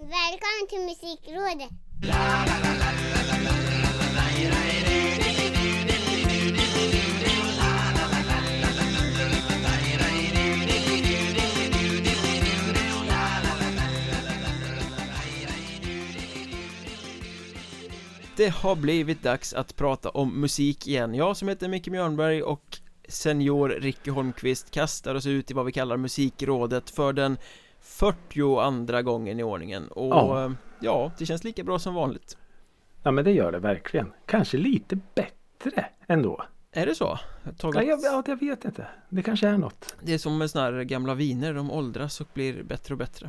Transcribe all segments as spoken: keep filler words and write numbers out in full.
Välkommen till Musikrådet! Det har blivit dags att prata om musik igen. Jag som heter Micke Mjörnberg och senior Ricky Holmqvist kastar oss ut i vad vi kallar Musikrådet för den fyrtioandra gången i ordningen. Och ja. ja, det känns lika bra som vanligt. Ja, men det gör det verkligen. Kanske lite bättre ändå. Är det så? Jag, ja, jag, ja, jag vet inte. Det kanske är något. Det är som med såna här gamla viner. De åldras och blir bättre och bättre.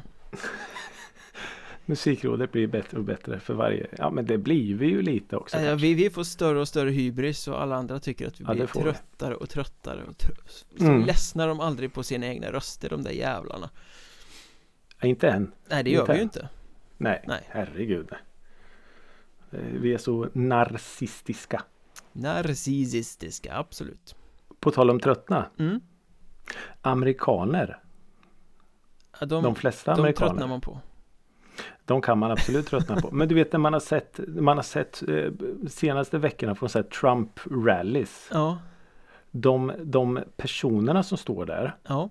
Musikrådet blir bättre och bättre för varje... Ja, men det blir vi ju lite också. Ja, vi, vi får större och större hybris och alla andra tycker att vi ja, blir tröttare och tröttare. Och trö- så mm. ledsnar de aldrig på sina egna röster, de där jävlarna. Ja, inte än. Nej, det gör inte vi ju än. inte. Nej, Nej, herregud. Vi är så narcissistiska. Narcissistiska, absolut. På tal om tröttna. Mm. Amerikaner. Ja, de, de flesta de amerikaner. tröttnar man på. De kan man absolut tröttna på. Men du vet när man har sett, man har sett eh, senaste veckorna får man säga Trump-rallies. Ja. De, de personerna som står där. Ja.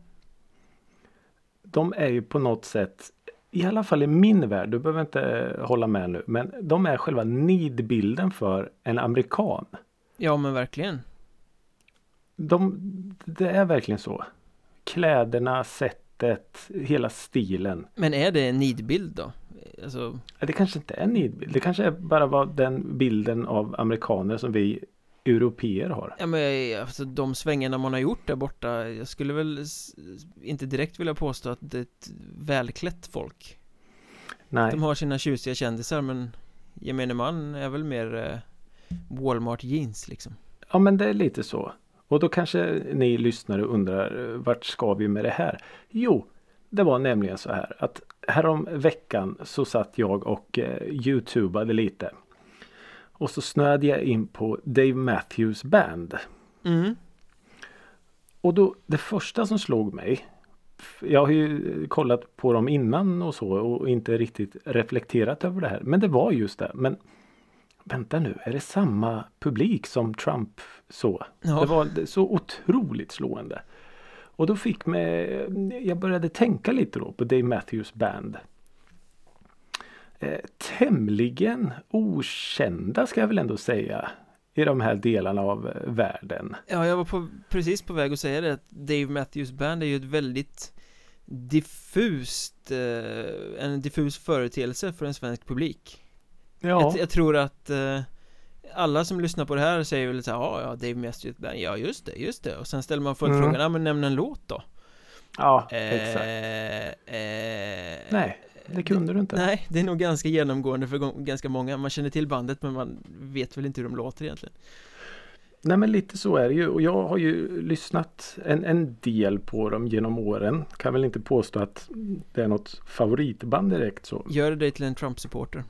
De är ju på något sätt, i alla fall i min värld, du behöver inte hålla med nu, men de är själva nidbilden för en amerikan. Ja, men verkligen. De, det är verkligen så. Kläderna, sättet, hela stilen. Men är det en nidbild då? Alltså... Det kanske inte är en nidbild. Det kanske är bara var den bilden av amerikaner som vi europeer har. Ja, men alltså, de svängarna man har gjort där borta, jag skulle väl inte direkt vilja påstå att det är ett välklätt folk. Nej. De har sina tjusiga kändisar, men gemene man är väl mer eh, Walmart jeans liksom. Ja, men det är lite så. Och då kanske ni lyssnare undrar, vart ska vi med det här? Jo, det var nämligen så här att härom veckan så satt jag och eh, YouTubade lite. Och så snöade jag in på Dave Matthews Band. Mm. Och då, det första som slog mig, jag har ju kollat på dem innan och så och inte riktigt reflekterat över det här. Men det var just det. Men vänta nu, är det samma publik som Trump så? Ja. Det var så otroligt slående. Och då fick mig, jag började tänka lite då på Dave Matthews Band. Eh, tämligen okända ska jag väl ändå säga i de här delarna av eh, världen. Ja, jag var på, precis på väg att säga det, att Dave Matthews Band är ju ett väldigt diffust eh, en diffus företeelse för en svensk publik. Ja. Jag, jag tror att eh, alla som lyssnar på det här säger väl så här, ja, ja, Dave Matthews Band, ja just det, just det. Och sen ställer man följdfrågan, mm. ja men nämn en låt då. Ja, eh, exakt. Eh, Nej. Det kunde du inte. Nej, det är nog ganska genomgående för ganska många. Man känner till bandet men man vet väl inte hur de låter egentligen. Nej, men lite så är det ju. Och jag har ju lyssnat en, en del på dem genom åren. Kan väl inte påstå att det är något favoritband direkt så. Gör det dig till en Trump-supporter?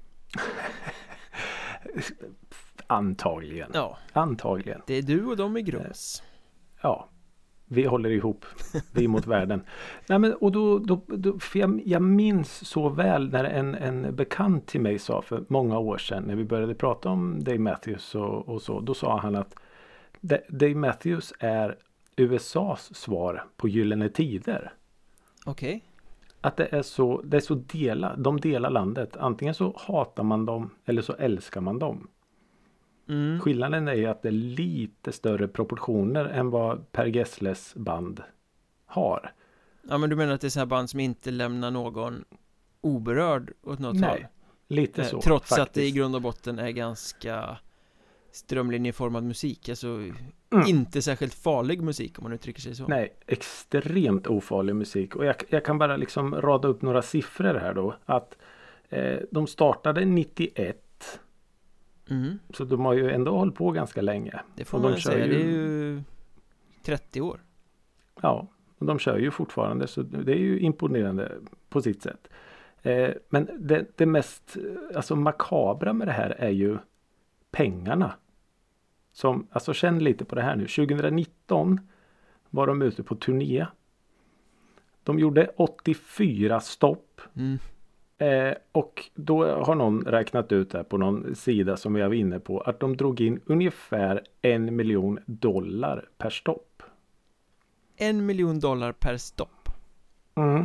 Antagligen. Ja. Antagligen. Det är du och de i grums. Ja. Vi håller ihop. Vi mot världen. Nej, men, och då, då, då, för jag, jag minns så väl när en, en bekant till mig sa för många år sedan när vi började prata om Dave Matthews och, och så. Då sa han att Dave Matthews är U S A:s svar på Gyllene Tider. Okej. Okay. Att det är så, det är så dela, de delar landet. Antingen så hatar man dem eller så älskar man dem. Mm. Skillnaden är ju att det är lite större proportioner än vad Per Gessles band har. Ja, men du menar att det är så här band som inte lämnar någon oberörd åt något Nej, håll? lite så. Trots faktiskt. att det i grund och botten är ganska strömlinjeformad musik. Alltså mm. inte särskilt farlig musik om man uttrycker sig så. Nej, extremt ofarlig musik. Och jag, jag kan bara liksom rada upp några siffror här då. Att eh, de startade nittioett. Mm. Så de har ju ändå hållit på ganska länge. Det får och man de säga, ju... det är ju trettio år. Ja, och de kör ju fortfarande så det är ju imponerande på sitt sätt. Eh, men det, det mest alltså makabra med det här är ju pengarna. Som, alltså känn lite på det här nu. tjugonitton var de ute på turné. De gjorde åttiofyra stopp. Mm. Eh, och då har någon räknat ut här på någon sida som jag var inne på att de drog in ungefär en miljon dollar per stopp. En miljon dollar per stopp. Mm.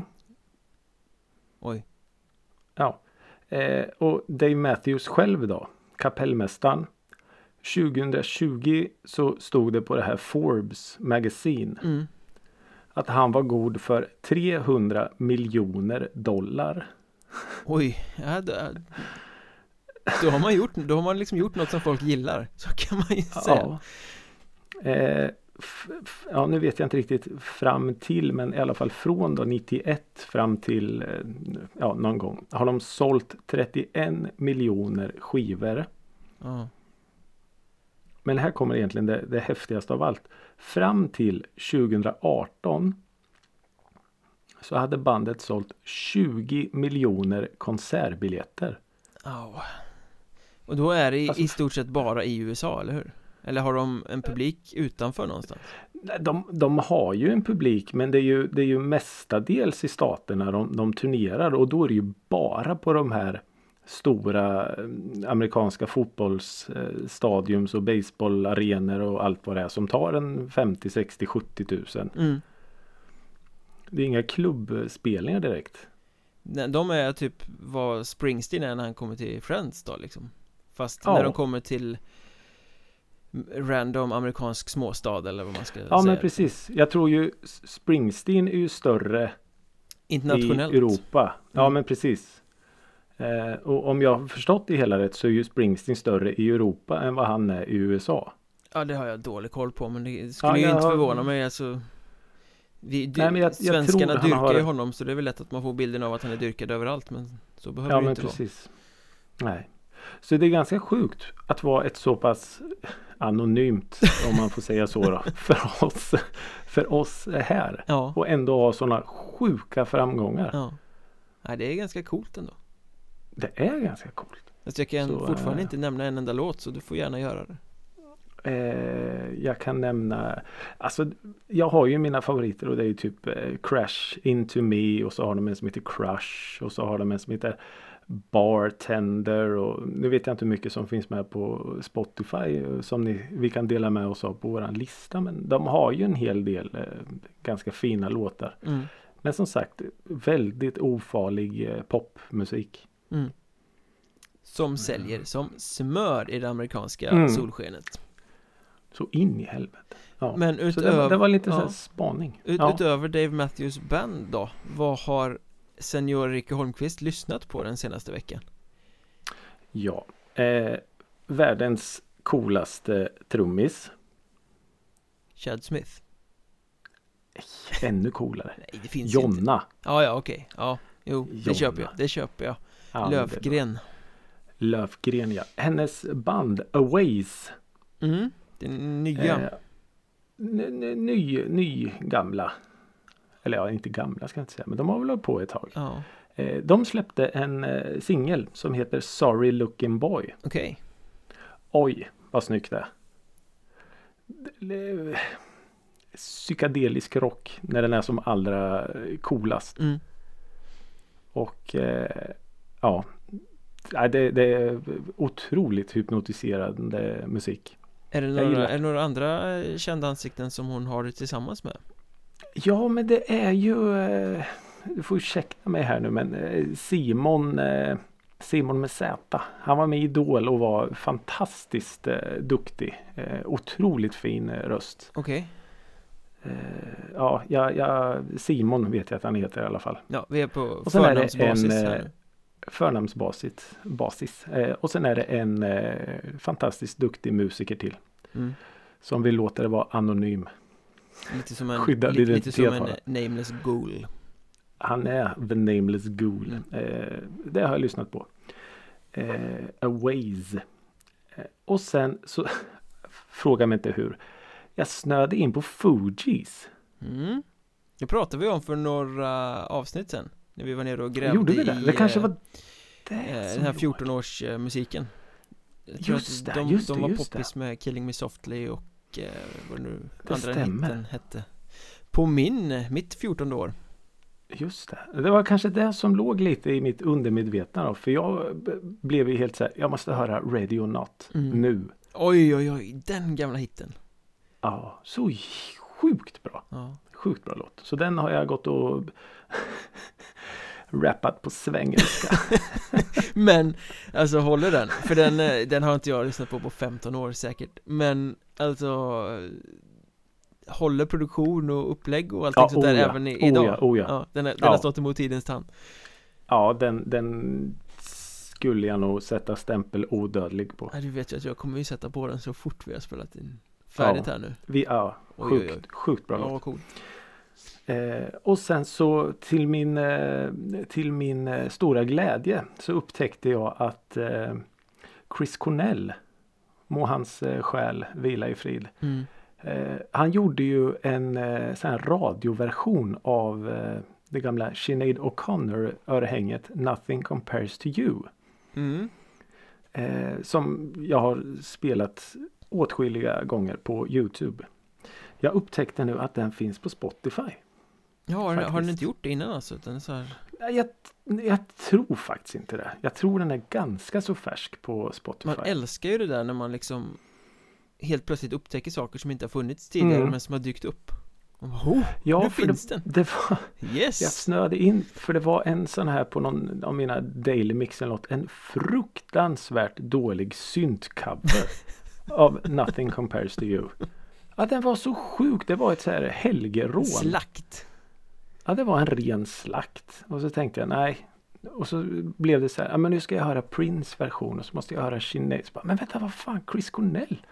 Oj. Ja. Eh, och Dave Matthews själv då, kapellmästaren. tjugohundratjugo så stod det på det här Forbes Magazine Mm. att han var god för trehundra miljoner dollar. Oj, ja, då, då har man gjort då har man liksom gjort något som folk gillar. Så kan man ju säga. Ja. Eh, f- f- ja, nu vet jag inte riktigt fram till, men i alla fall från då nittioett fram till eh, ja, någon gång har de sålt trettioen miljoner skivor. Ja. Men här kommer egentligen det, det häftigaste av allt. Fram till tjugohundraarton så hade bandet sålt tjugo miljoner konsertbiljetter. Ja. Och då är det i, Alltså- i stort sett bara i U S A, eller hur? Eller har de en publik utanför någonstans? De, de har ju en publik, men det är ju, det är ju mestadels i staterna de, de turnerar, och då är det ju bara på de här stora eh, amerikanska fotbollsstadiums och baseballarenor och allt vad det är som tar en femtio, sextio, sjuttio tusen. Mm. Det är inga klubbspelningar direkt. Nej, de är typ vad Springsteen är när han kommer till Friends då liksom. Fast Ja. när de kommer till random amerikansk småstad eller vad man ska Ja, säga. men precis. Jag tror ju Springsteen är ju större Internationellt. i Europa. Ja, Mm. men precis. Eh, och om jag har förstått det hela rätt så är ju Springsteen större i Europa än vad han är i U S A. Ja, det har jag dålig koll på, men det skulle Ja, ju jag inte har- förvåna mig alltså. Vi, dy- Nej, men jag- jag svenskarna tror han dyrkar har- ju honom, så det är väl lätt att man får bilden av att han är dyrkad överallt, men så behöver Ja, det men inte vara. precis. Nej. Så det är ganska sjukt att vara ett så pass anonymt, om man får säga så då, för oss, för oss här. Ja, Och ändå ha sådana sjuka framgångar. ja. Nej, det är ganska coolt ändå. Det är ganska coolt. Fast jag kan Så, fortfarande äh, inte nämna en enda låt, så du får gärna göra det. Eh, jag kan nämna, alltså jag har ju mina favoriter, och det är ju typ eh, Crash Into Me, och så har de en som heter Crush, och så har de en som heter Bartender, och nu vet jag inte hur mycket som finns med på Spotify eh, som ni, vi kan dela med oss av på våran lista, men de har ju en hel del eh, ganska fina låtar. Mm. Men som sagt, väldigt ofarlig eh, popmusik. Mm. Som säljer som smör i det amerikanska Mm. solskenet. Så in i helvete. Ja. Men Så det, var- utöver, det var lite ja. så här spaning. ut, Ja. utöver Dave Matthews Band då, vad har senior Ricky Holmqvist lyssnat på den senaste veckan? Ja, eh, världens coolaste trummis. Chad Smith? Ännu coolare. Nej, det finns ju inte. Jonna. Ja, ja, okej. Ja, jo, det Jonna. köper jag. Det köper jag. Ja, men det är Lövgren. bra. Lövgren, ja. Hennes band Aways. Mm, det nya. Eh, ny, ny, ny, ny gamla. Eller ja, inte gamla ska jag inte säga. Men de har väl hållit på ett tag. Ja, Eh, de släppte en eh, singel som heter Sorry Looking Boy. okej. Oj, vad snyggt det är. Det- det- Psykedelisk rock när den är som allra coolast. Mm. Och eh, ja, Nej, det, det är otroligt hypnotiserande musik. Är det Jag några, gillar- är det några andra eh, kända ansikten som hon har tillsammans med? Ja, men det är ju eh, du får ursäkta mig här nu, men eh, Simon eh, Simon med Z. Han var med i Idol och var fantastiskt eh, duktig. Eh, otroligt fin eh, röst. Okej. Eh, ja, ja, ja, Simon vet jag att han heter i alla fall. Ja, vi är på Och sen är det förnamnsbasis en, här eh, nu. Förnamnsbasis. Basis. Eh, och sen är det en eh, fantastiskt duktig musiker till. Mm. Som vill låta det vara anonym. Lite som en, skyddad li, lite som identitet en nameless ghoul. Han är the nameless ghoul. Mm. Eh, det har jag lyssnat på. Eh, Aways. Eh, och sen så fråga mig inte hur. Jag snöade in på Fugees. Mm. Det pratade vi om för några avsnitt sen. När vi var nere och grävde Gjorde vi det? i Det kanske eh, var det eh, som den här gjorde. fjorton-års eh, musiken. Jag tror Just att det, de, just de det, var just poppis med Killing Me Softly och eh, vad nu Det andra stämmer. hitten hette. På min, mitt fjortonde år. Just det. Det var kanske det som låg lite i mitt undermedvetna då. För jag b- blev ju helt så här, jag måste höra Ready or Not Mm. nu. Oj, oj, oj, den gamla hitten. Ja, så sjukt bra. Ja. Sjukt bra låt. Så den har jag gått och rappat på svengelska. Men, alltså håller den? För den, eh, den har inte jag lyssnat på på femton år säkert. Men, alltså håller produktion och upplägg och allting Ja, sånt där oh ja. även i, Oh idag? ja, oh ja. den, är, den Ja. har stått emot tidens tand. Ja, den, den skulle jag nog sätta stämpel odödlig på. Ja, du vet ju att jag kommer ju sätta på den så fort vi har spelat in färdigt Ja. här nu. Vi, ja, Oj, sjukt, oj, oj. sjukt bra Ja, låt. vad cool. Eh, och sen så till min, eh, till min eh, stora glädje så upptäckte jag att eh, Chris Cornell, må hans eh, själ vila i frid. Mm. Eh, han gjorde ju en eh, sån här radioversion av eh, det gamla Sinead O'Connor-örhänget Nothing Compares to You. Mm. Eh, som jag har spelat åtskilliga gånger på YouTube. Jag upptäckte nu att den finns på Spotify. Ja, har, har den Faktiskt. inte gjort det innan alltså? Utan så här... Nej, Jag, jag tror faktiskt inte det. Jag tror den är ganska så färsk på Spotify. Man älskar ju det där när man liksom helt plötsligt upptäcker saker som inte har funnits tidigare Mm. men som har dykt upp. Och bara, oh, ja, nu för finns det, den. det var, Yes! jag snöade in för det var en sån här på någon av mina Daily Mixen-låt. En fruktansvärt dålig syntcover av Nothing Compares to You. Ja, den var så sjuk. Det var ett så här helgerån. Slakt. Ja, det var en ren slakt. Och så tänkte jag, nej. Och så blev det så här, ja men nu ska jag höra Prince version och så måste jag höra Sinead. Men vänta, vad fan, Chris Cornell?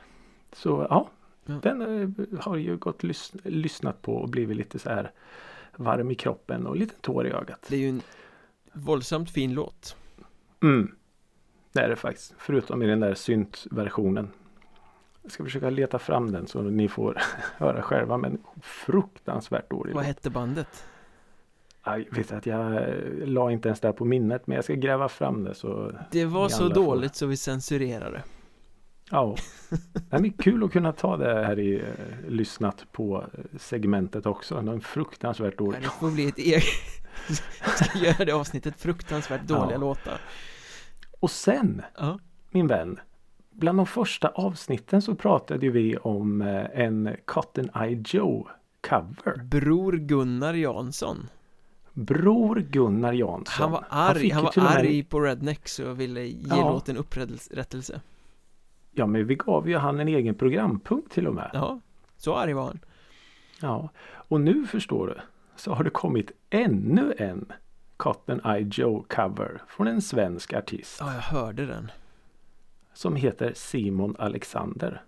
Så ja, Ja. den eh, har ju gått lys- lyssnat på och blivit lite så här varm i kroppen och lite tår i ögat. Det är ju en våldsamt fin låt. Mm. Det är det faktiskt. Förutom i den där syntversionen. Jag ska försöka leta fram den så ni får höra själva, men fruktansvärt dålig. Vad hette bandet? Jag vet att jag eh, la inte ens där på minnet, men jag ska gräva fram det så. Det var Ni så alla får- dåligt så vi censurerade. Ja, det är kul att kunna ta det här i eh, lyssnat på eh, segmentet också. Det är en fruktansvärt Ja, dålig. det får bli ett eget. Jag ska göra det avsnittet fruktansvärt dåliga Ja. låtar. Och sen, Ja. min vän, bland de första avsnitten så pratade ju vi om eh, en Cotton Eye Joe cover. Bror Gunnar Jansson. Bror Gunnar Jansson. Han var arg, fick han, ju var till och med- arg på Rednex och ville ge Ja. låten upprättelse. Ja, men vi gav ju han en egen programpunkt till och med. Ja, så arg var han. Ja, och nu förstår du så har det kommit ännu en Cotton Eye Joe cover från en svensk artist Ja, jag hörde den. som heter Simon Alexander.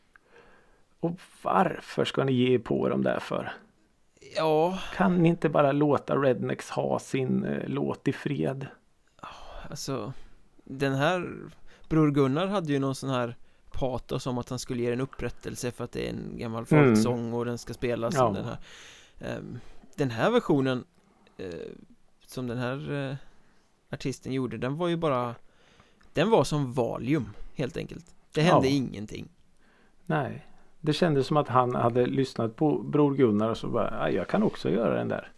Och varför ska ni ge er på dem där för? Ja, Kan ni inte bara låta Rednex ha sin eh, låt i fred? alltså den här Bror Gunnar hade ju någon sån här patos om att han skulle ge en upprättelse för att det är en gammal folksång och den ska spelas som Ja. den här. Ehm, den här versionen eh, som den här eh, artisten gjorde, den var ju bara den var som Valium helt enkelt. Det hände Ja. ingenting. Nej, det kändes som att han hade lyssnat på Bror Gunnar och så bara, "Ja, jag kan också göra den där."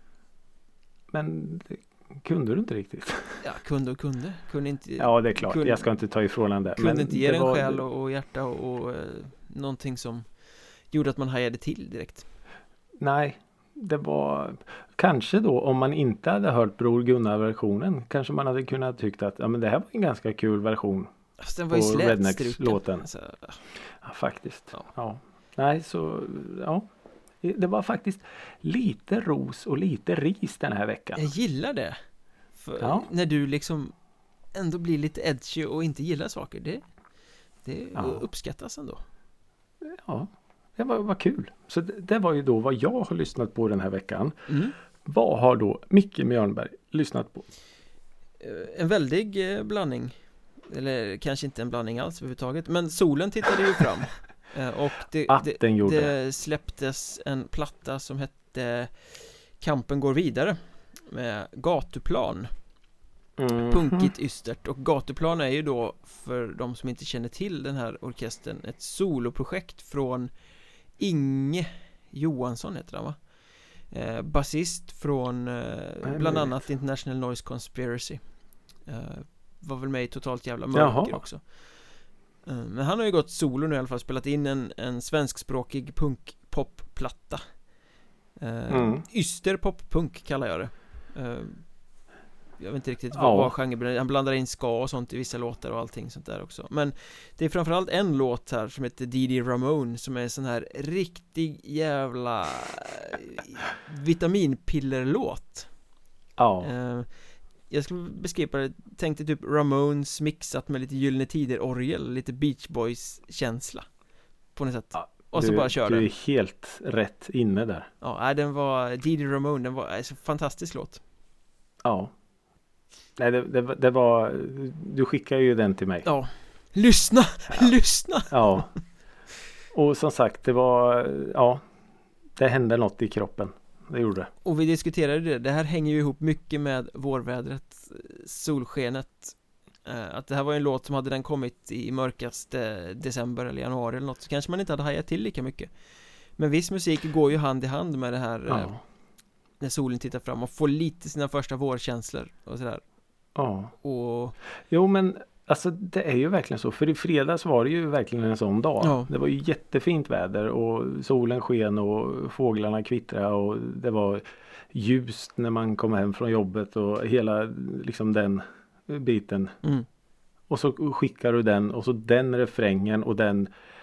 Men det kunde du inte riktigt. Ja, kunde och kunde. Kunde inte, Ja, det är klart. Kunde- jag ska inte ta ifrån den där. kunde men inte ge det den var- själ och, och hjärta och, och eh, någonting som gjorde att man hajade till direkt. Nej, det var kanske då om man inte hade hört Bror Gunnar-versionen kanske man hade kunnat tyckt att ja, men det här var en ganska kul version. Alltså, den var ju Och slätstruken. Rednex-låten. Alltså, Ja, faktiskt. Ja. Ja. Nej, så ja. Det var faktiskt lite ros och lite ris den här veckan. jag gillar det. För Ja. när du liksom ändå blir lite edgy och inte gillar saker, det, det Ja. uppskattas ändå. Ja, det var, var kul. Så det, det var ju då vad jag har lyssnat på den här veckan. Mm. Vad har då Micke Mjörnberg lyssnat på? Eh, En väldig eh, blandning. Eller kanske inte en blandning alls överhuvudtaget. Men solen tittade ju fram. Eh, Och det, Att det, den gjorde. det släpptes en platta som hette Kampen går vidare med Gatuplan. Mhm. Punkigt ystert. Och Gatuplan är ju då, för de som inte känner till den här orkestern, ett soloprojekt från Inge Johansson heter han va? eh, basist från eh, bland annat International Noise Conspiracy. eh, Var väl med i Totalt jävla mörker. Jaha. Också. eh, Men han har ju gått solo nu i alla fall, spelat in en, en svenskspråkig punk-pop-platta. eh, mm. Yster pop-punk kallar jag det. eh, Jag vet inte riktigt vad, ja. vad genre. Han blandar in ska och sånt i vissa låtar och allting sånt där också. Men det är framförallt en låt här som heter Didi Ramone, som är en sån här riktig jävla vitaminpillerlåt. Ja. uh, Jag skulle beskriva det, tänkte typ Ramones mixat med lite Gyllene Tider-orgel, lite Beach Boys-känsla på något sätt. Ja. Och så du, bara kör du den. är helt rätt inne där. Ja, den var Didi Ramone, den var alltså fantastisk låt. Ja. Nej, det, det, det var... Du skickade ju den till mig. Ja. Lyssna! Ja. Lyssna! Ja. Och som sagt, det var... Ja. Det hände något i kroppen. Det gjorde det. Och vi diskuterade det. Det här hänger ju ihop mycket med vårvädret, solskenet. Att det här var en låt som hade den kommit i mörkaste december eller januari eller något, så kanske man inte hade hajat till lika mycket. Men viss musik går ju hand i hand med det här. Ja. När solen tittar fram och får lite sina första vårkänslor och sådär. Ja. Och... Jo, men alltså det är ju verkligen så. För i fredags var det ju verkligen en sån dag. Ja. Det var ju jättefint väder och solen sken och fåglarna kvittrade och det var ljust när man kom hem från jobbet och hela liksom den biten. Mm. Och så skickar du den och så den refrängen och den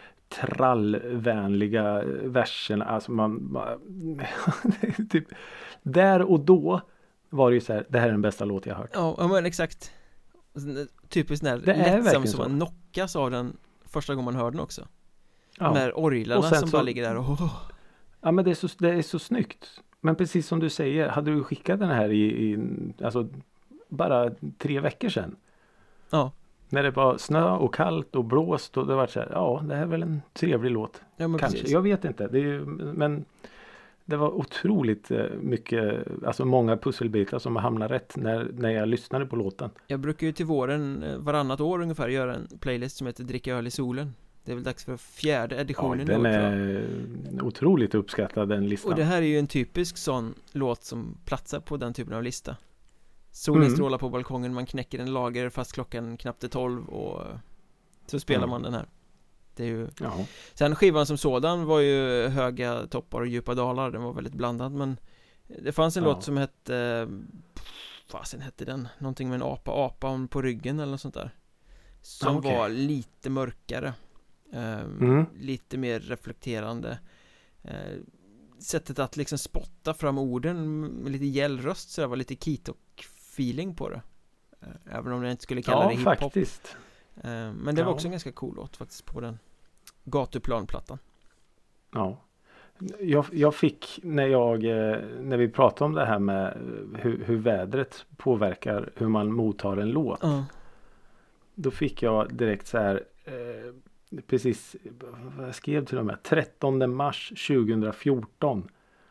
trallvänliga versen. Alltså man, man typ där och då var det ju så här, det här är den bästa låt jag har hört. Ja, men exakt. Typiskt när lättsam som man knockas av den första gången man hör den också. Ja. När orglarna som så, bara ligger där och... Oh. Ja, men det är, så, det är så snyggt. Men precis som du säger, hade du skickat den här i, i alltså bara tre veckor sedan. Ja. När det var snö och kallt och blåst och det var så här, ja, det här är väl en trevlig låt. Ja, men kanske. Precis. Jag vet inte. Det är ju, men det var otroligt mycket, alltså många pusselbitar som hamnade rätt när, när jag lyssnade på låten. Jag brukar ju till våren varannat år ungefär göra en playlist som heter Dricka öl i solen. Det är väl dags för fjärde editionen. Ja, den är otroligt uppskattad, den listan. Och det här är ju en typisk sån låt som platsar på den typen av lista. Solen mm. strålar på balkongen, man knäcker en lager fast klockan knappt är tolv och så spelar mm. man den här. Det är ju... Ja. Sen skivan som sådan var ju höga toppar och djupa dalar. Den var väldigt blandad, men det fanns en ja. låt som hette... Fasen hette den? Någonting med en apa, apan på ryggen eller något sånt där. Som okay. var lite mörkare. Um, mm. Lite mer reflekterande. Uh, sättet att liksom spotta fram orden med lite gällröst, så det var lite Keatok-feeling på det. Uh, även om jag inte skulle kalla ja, det hiphop. Faktiskt. Uh, men det var ja. också en ganska cool låt faktiskt på den gatuplanplattan. Ja. Jag, jag fick när jag när vi pratade om det här med hur, hur vädret påverkar hur man mottar en låt. Uh. Då fick jag direkt så här eh, precis vad jag skrev till och med trettonde mars tjugohundrafjorton.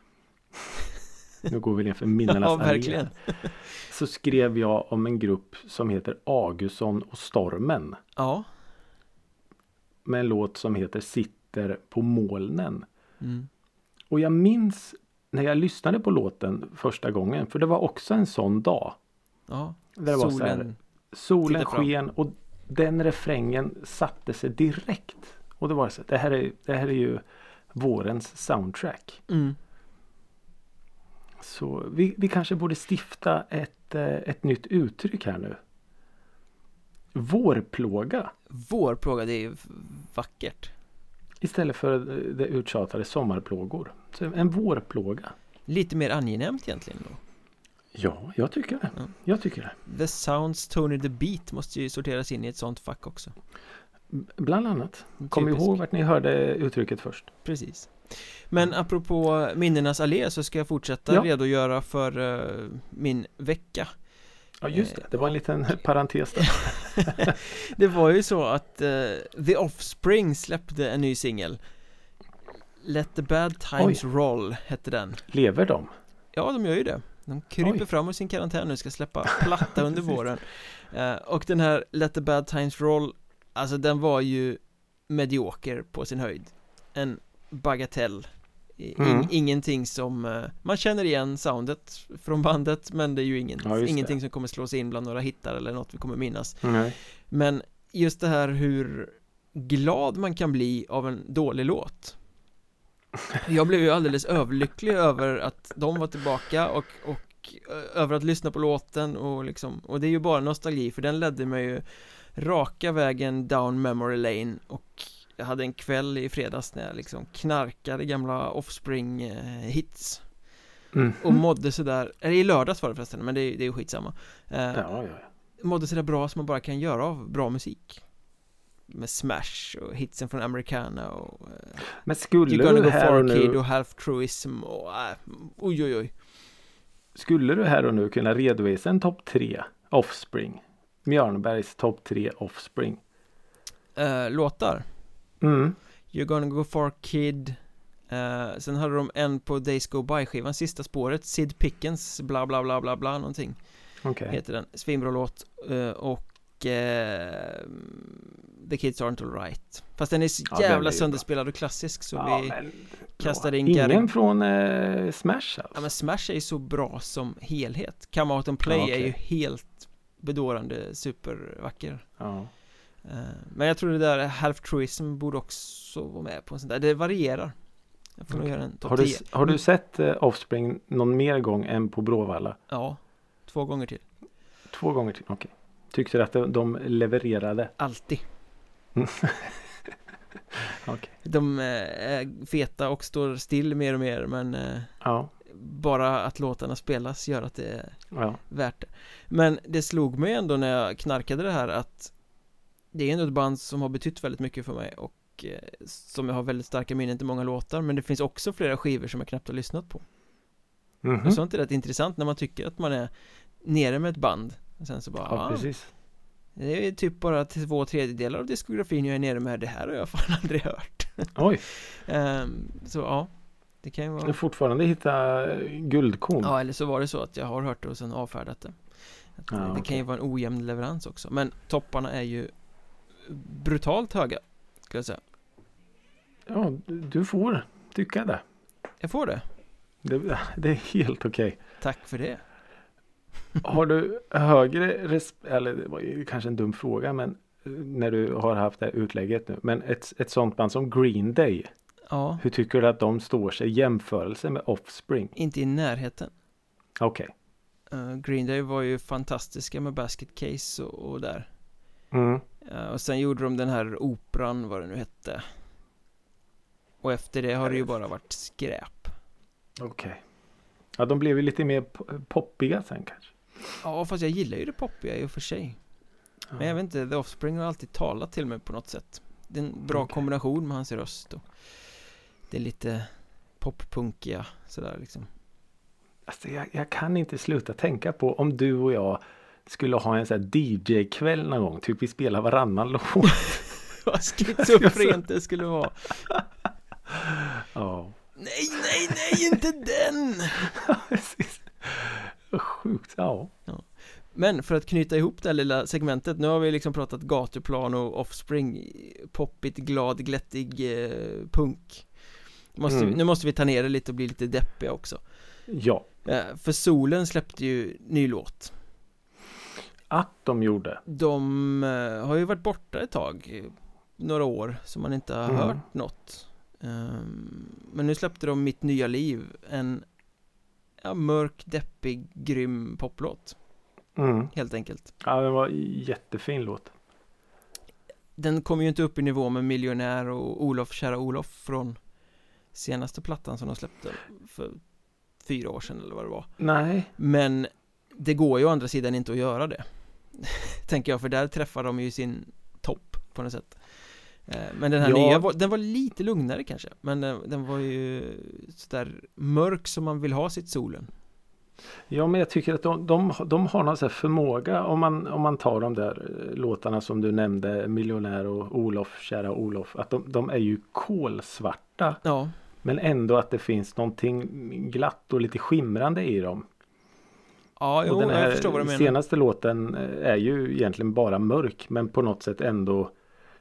Nu går vi ner för minnenas ja, verkligen. Så skrev jag om en grupp som heter Augustsson och Stormen. Ja. Med en låt som heter Sitter på molnen. Mm. Och jag minns när jag lyssnade på låten första gången, för det var också en sån dag. Ja. Där det var solen, så här, solen sken och den refrängen satte sig direkt. Och det var så, det här är, det här är ju vårens soundtrack. Mm. Så vi, vi kanske borde stifta ett, ett nytt uttryck här nu. Vårplåga. Vårplåga, det är ju vackert. Istället för det uttjatade sommarplågor. Så en vårplåga. Lite mer angenämt egentligen då. Ja, jag tycker det. Ja. Jag tycker det. The Sounds, Tony the Beat måste ju sorteras in i ett sånt fack också. Bland annat. Kom ihåg vart ni hörde uttrycket först. Precis. Men apropå minnenas allé så ska jag fortsätta ja. redogöra för uh, min vecka. Ja, just det. Det var en liten parentes där. Det var ju så att uh, The Offspring släppte en ny singel. Let the bad times Oj. roll hette den. Lever de? Ja, de gör ju det. De kryper Oj. fram ur sin karantän nu, ska släppa platta under våren. Uh, och den här Let the bad times roll, alltså den var ju medioker på sin höjd. En bagatell I, Mm. Ingenting som eh, man känner igen soundet från bandet, men det är ju ingen, Ja, just ingenting det. som kommer slås in bland några hittar eller något vi kommer minnas. Nej. Men just det här hur glad man kan bli av en dålig låt. Jag blev ju alldeles överlycklig över att de var tillbaka och, och ö- över att lyssna på låten och liksom, och det är ju bara nostalgi, för den ledde mig ju raka vägen down memory lane, och jag hade en kväll i fredags när jag liksom knarkade gamla Offspring eh, hits Mm. och mådde sådär, eller i lördags var det förresten, men det är, det är ju skitsamma. eh, Ja, ja, ja. Mådde sådär bra som man bara kan göra av bra musik, med Smash och hitsen från Americana och eh, Men skulle You're gonna du go här far och kid nu och Half Truism och äh, oj oj oj. skulle du här och nu kunna redovisa en topp tre Offspring? Mjörnbergs topp tre Offspring. Eh, låtar Mm. You're gonna go far kid. eh, Sen hade de en på Days Go By skivan, sista spåret, Sid Pickens bla bla bla bla bla någonting Okej. heter den, svinbra låt. eh, Och eh, The Kids Aren't Alright. Fast den är så Ja, den är jävla ju sönderspelad och klassisk, så Ja, vi men, kastade in ingen Gary. från eh, Smash alltså? Ja, men Smash är ju så bra som helhet. Come Out and Play Ja, okej. är ju helt bedårande, supervacker. Ja. Eh, Men jag tror det där Half Truism borde också vara med på en sån där. Det varierar. Jag får nog göra en topp Har, du, tio. har du sett eh, Offspring någon mer gång än på Bråvalla? Ja, två gånger till. Två gånger till, okej. Tyckte du att de, de levererade? Alltid. Okej. De eh, är feta och står still mer och mer, men eh, Ja, bara att låtarna spelas gör att det är ja. värt det. Men det slog mig ändå när jag knarkade det här att det är ändå ett band som har betytt väldigt mycket för mig och eh, som jag har väldigt starka minnen till många låtar, men det finns också flera skivor som jag knappt har lyssnat på. Mhm. Och sånt är rätt intressant när man tycker att man är nere med ett band och sen så bara, Ja, ah, precis. det är typ bara två tredjedelar av diskografin jag är nere med, det här har jag fan aldrig hört. Oj, Ehm, så ja, det kan ju du vara, fortfarande hitta eh, guldkorn. ja, eller så var det så att jag har hört det och sen avfärdat det. Att Ja, det okej. kan ju vara en ojämn leverans också, men topparna är ju brutalt höga, ska jag säga. Ja, du- du får tycka det. Jag får det, Det, det är helt okej. tack för det. Har du högre respekt, eller det var ju kanske en dum fråga, men eh, när du har haft det här utlägget nu, men ett, ett sånt band som Green Day, Ja, hur tycker du att de står sig i jämförelse med Offspring? inte i närheten. Okej. Eh, Green Day var ju fantastiska med Basket Case och, och där. Mm. Eh, och sen gjorde de den här operan, vad det nu hette. Och efter det har det ju bara varit skräp. Okej. Ja, de blev ju lite mer po- poppiga sen kanske. Ja, fast jag gillar ju det poppiga i och för sig. Men jag vet inte, The Offspring har alltid talat till mig på något sätt. Det är en bra Okej. kombination med hans röst och det är lite poppunkiga sådär liksom. Alltså, jag, jag kan inte sluta tänka på om du och jag skulle ha en sån här D J-kväll någon gång. Typ vi spelar varannan låt. Vad schizofrent det skulle vara. Ja. Nej, nej, nej, inte den! Precis. Sjukt, ja. Men för att knyta ihop det här lilla segmentet, nu har vi liksom pratat gatuplan och Offspring, poppigt, glad, glättig eh, punk. Måste Mm. vi, nu måste vi ta ner det lite och bli lite deppiga också. Ja, Eh, för Solen släppte ju ny låt. att de gjorde. De eh, har ju varit borta ett tag, eh, några år, som man inte har Mm. hört något. Ehm, men nu släppte de Mitt nya liv, en ja, mörk, deppig, grym poplåt, Mm. helt enkelt. Ja, det var en jättefin låt. Den kom ju inte upp i nivå med Miljonär och Olof, kära Olof från senaste plattan som de släppte för fyra år sedan eller vad det var. Nej. Men det går ju å andra sidan inte att göra det, tänker jag, för där träffar de ju sin topp på något sätt. Eh, Men den här Ja. nya, var, den var lite lugnare kanske, men den, den var ju sådär mörk som man vill ha sitt Solen. Ja, men jag tycker att de, de, de har någon sån här förmåga om man, om man tar de där eh, låtarna som du nämnde, Miljonär och Olof, kära Olof, att de, de är ju kolsvarta, Ja, men ändå att det finns någonting glatt och lite skimrande i dem. ja Och jo, den här jag förstår vad du menar. senaste låten eh, är ju egentligen bara mörk, men på något sätt ändå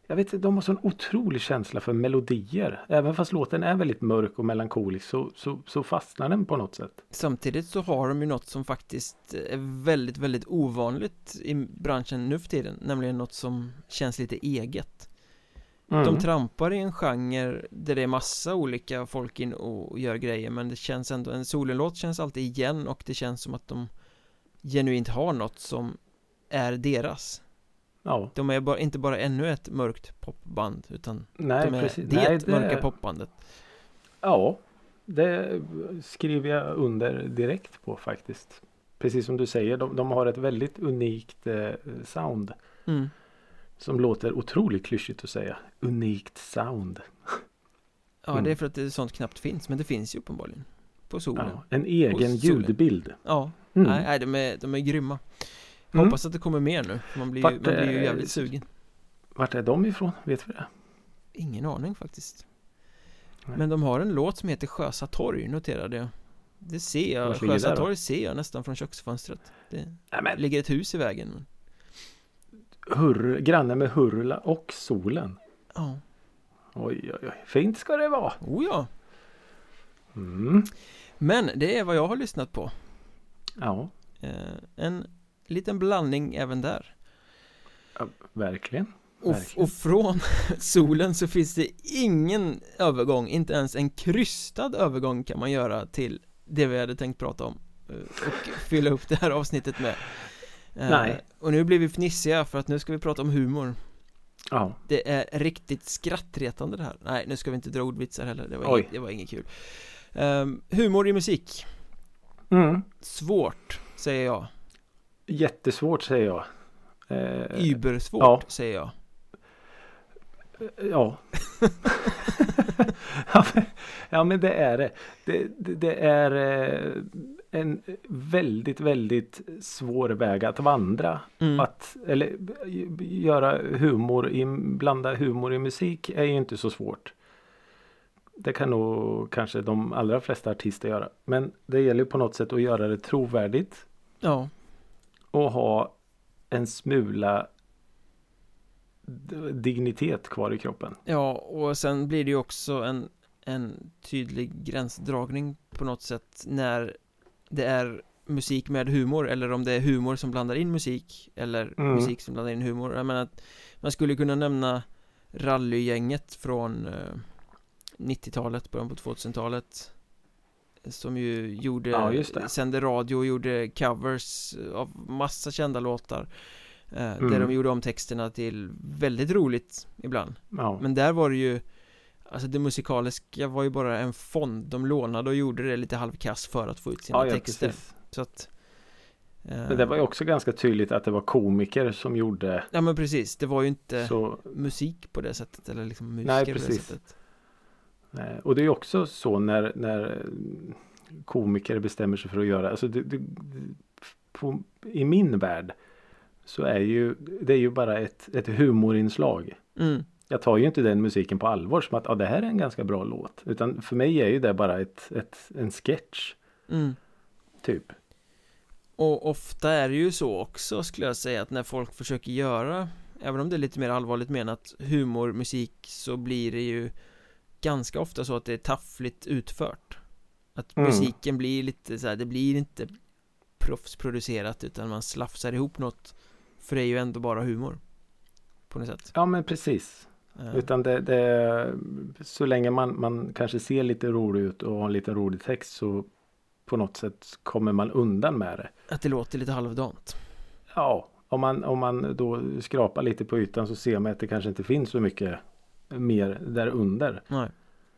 jag vet inte, de har sån otrolig känsla för melodier. Även fast låten är väldigt mörk och melankolisk så, så, så fastnar den på något sätt. Samtidigt så har de ju något som faktiskt är väldigt, väldigt ovanligt i branschen nu för tiden. Nämligen något som känns lite eget. Mm. De trampar i en genre där det är massa olika folk in och gör grejer. Men det känns ändå, en solenlåt känns alltid igen och det känns som att de genuint har något som är deras. Ja. De är bara, inte bara ännu ett mörkt popband utan Nej, de är precis. det, Nej, det mörka popbandet. Ja, det skriver jag under direkt på faktiskt. Precis som du säger, de, de har ett väldigt unikt eh, sound. Mm. Som låter otroligt klyschigt att säga. Unikt sound. Ja, Mm. det är för att det sånt knappt finns, men det finns ju uppenbarligen på solen. Ja, en egen På solen. ljudbild. Ja, Mm. nej, nej de, är, de är grymma. Jag Mm. hoppas att det kommer mer nu. Man blir, ju, Vart, man blir ju eh, jävligt sugen. Vart är de ifrån? Vet vi det? Ingen aning faktiskt. Nej. Men de har en låt som heter Sjösa torg, noterade jag. Det ser jag, Vart ligger Sjösa det då? torg ser jag nästan från köksfönstret. Det Nej, men, ligger ett hus i vägen. Men... hurr, granne med Hurla och solen. Ja, Oj, oj, oj. Fint ska det vara. oh ja. Mm. Men det är vad jag har lyssnat på. Ja, eh, En liten blandning även där. ja, verkligen. Och, Verkligen. och från solen så finns det ingen övergång, inte ens en krystad övergång kan man göra till det vi hade tänkt prata om eh, och fylla upp det här avsnittet med. Eh, Nej. Och nu blir vi fnissiga för att nu ska vi prata om humor. Ja, Det är riktigt skrattretande det här. Nej, nu ska vi inte dra ordvitsar heller, det var, Oj. inget, det var inget kul. Um, humor i musik. mm. Svårt, säger jag. Jättesvårt säger jag. Eh, Übersvårt, ja. säger jag. Ja. ja, men, ja, men det är det. Det, det, det är eh, en väldigt, väldigt svår väg att vandra. Mm. Att, eller göra humor, i, blanda humor i musik är ju inte så svårt. Det kan nog kanske de allra flesta artister göra. Men det gäller ju på något sätt att göra det trovärdigt. Ja, Och ha en smula d- dignitet kvar i kroppen. ja, och sen blir det ju också en, en tydlig gränsdragning på något sätt när det är musik med humor eller om det är humor som blandar in musik eller Mm. musik som blandar in humor. Jag menar att man skulle kunna nämna rallygänget från eh, nittiotalet, början på tvåtusentalet som ju gjorde, Ja, just det. sände radio och gjorde covers av massa kända låtar eh, Mm. där de gjorde om texterna till väldigt roligt ibland. Ja. Men där var det ju, alltså det musikaliska var ju bara en fond. De lånade och gjorde det lite halvkass för att få ut sina ja, ja, texter. precis. Så att eh, Men det var ju också ganska tydligt att det var komiker som gjorde ja men precis, det var ju inte så. musik på det sättet eller liksom musiker Nej, på det precis. sättet. eh, Och det är ju också så när, när komiker bestämmer sig för att göra, alltså det, det, på, i min värld så är ju det är ju bara ett, ett humorinslag. Mm. Jag tar ju inte den musiken på allvar som att ah, det här är en ganska bra låt. Utan för mig är ju det bara ett, ett, en sketch Mm. typ. Och ofta är det ju så också skulle jag säga att när folk försöker göra, även om det är lite mer allvarligt menat, humormusik så blir det ju ganska ofta så att det är taffligt utfört. Att Mm. musiken blir lite så här, det blir inte proffsproducerat utan man slafsar ihop något, för det är ju ändå bara humor på något sätt. Ja men precis. Eh, Utan det, det så länge man, man kanske ser lite rolig ut och har en lite rolig text så på något sätt kommer man undan med det. Att det låter lite halvdant. Ja, om man, om man då skrapar lite på ytan så ser man att det kanske inte finns så mycket mer där under. Nej.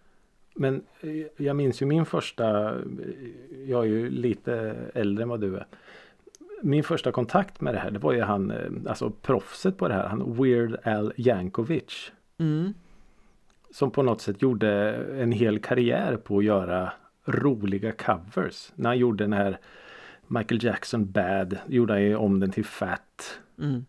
Men eh, jag minns ju min första, jag är ju lite äldre än vad du är. Min första kontakt med det här, det var ju han, eh, alltså proffset på det här, han Weird Al Yankovic. Mm. Som på något sätt gjorde en hel karriär på att göra roliga covers. När han gjorde den här Michael Jackson Bad, gjorde han ju om den till Fat. Mm.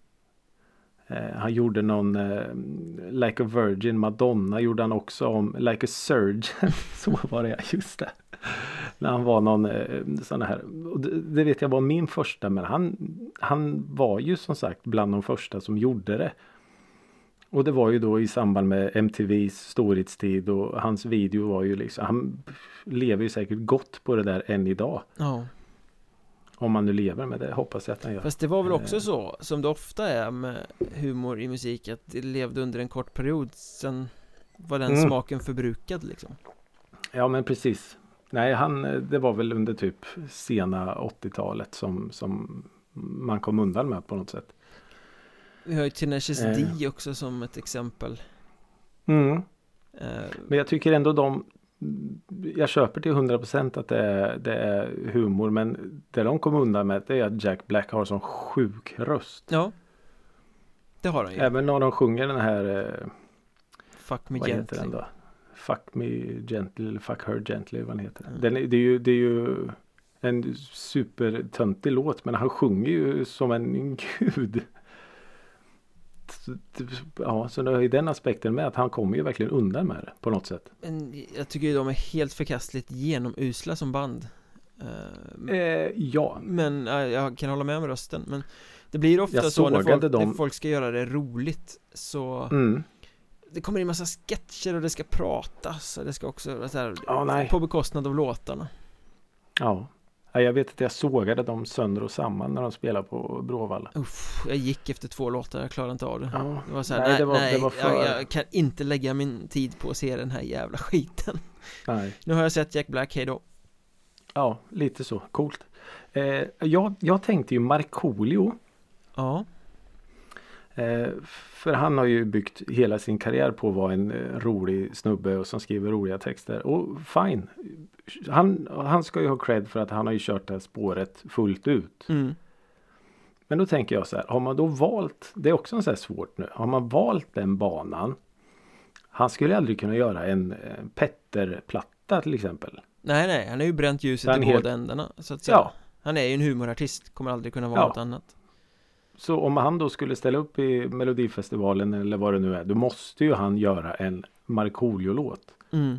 Eh, han gjorde någon eh, Like a Virgin Madonna gjorde han också om Like a Surgeon. Så var det, just det. När han var någon eh, sån här. Och det, det vet jag var min första, men han, han var ju som sagt bland de första som gjorde det. Och det var ju då i samband med M T V:s storhetstid och hans video var ju liksom, han lever ju säkert gott på det där än idag. Ja. Om man nu lever med det, hoppas jag att han gör. Fast det var väl också så, som det ofta är med humor i musik, att det levde under en kort period, sen var den Mm. smaken förbrukad liksom. Ja, men precis. Nej, han, det var väl under typ sena åttiotalet som, som man kom undan med på något sätt. Vi har ju Tenacious Eh. D också som ett exempel. Mm. Eh, Men jag tycker ändå de, jag köper till hundra procent att det är, det är humor, men det de kom undan med det är att Jack Black har sån sjuk röst. ja. Det har han ju. Även när de sjunger den här, eh, Fuck me vad heter den gently. då? Fuck me gently, eller fuck her gently, vad den heter. Mm. Den, är- det, är ju, det är ju en supertöntig låt, men han sjunger ju som en gud. Så, ja, så det är ju den aspekten med att han kommer ju verkligen undan med det på något sätt. Men jag tycker ju de är helt förkastligt genomusla som band. Eh, Eh, ja, Men eh, jag kan hålla med om rösten. Men det blir ofta Jag så när sågade folk, dem. när folk ska göra det roligt. Så mm. det kommer in massa sketcher och det ska pratas. Och det ska också vara så här, Ja, nej. på bekostnad av låtarna. Ja. Ja, jag vet att jag sågade dem sönder och samman när de spelade på Bråvalla. Uff, jag gick efter två låtar, jag klarade inte av det. Ja. Det var så här, Nej, nej, det var- nej det var för- jag, jag kan inte lägga min tid på att se den här jävla skiten. Nej. Nu har jag sett Jack Black, hej då. Ja, lite så. Coolt. Eh, jag, jag tänkte ju Markoolio. Ja, Eh, för han har ju byggt hela sin karriär på att vara en eh, rolig snubbe och som skriver roliga texter. Och fine. Han, han ska ju ha cred för att han har ju kört det här spåret fullt ut. mm. Men då tänker jag så här, har man då valt, det är också en så här svårt nu, har man valt den banan, han skulle aldrig kunna göra en eh, Petter-platta till exempel. Nej, nej, han har ju bränt ljuset Han i helt- båda ändarna, så att säga. Ja. Han är ju en humorartist, kommer aldrig kunna vara Ja. något annat. Så om han då skulle ställa upp i Melodifestivalen eller vad det nu är, då måste ju han göra en Markoolio-låt. Mm.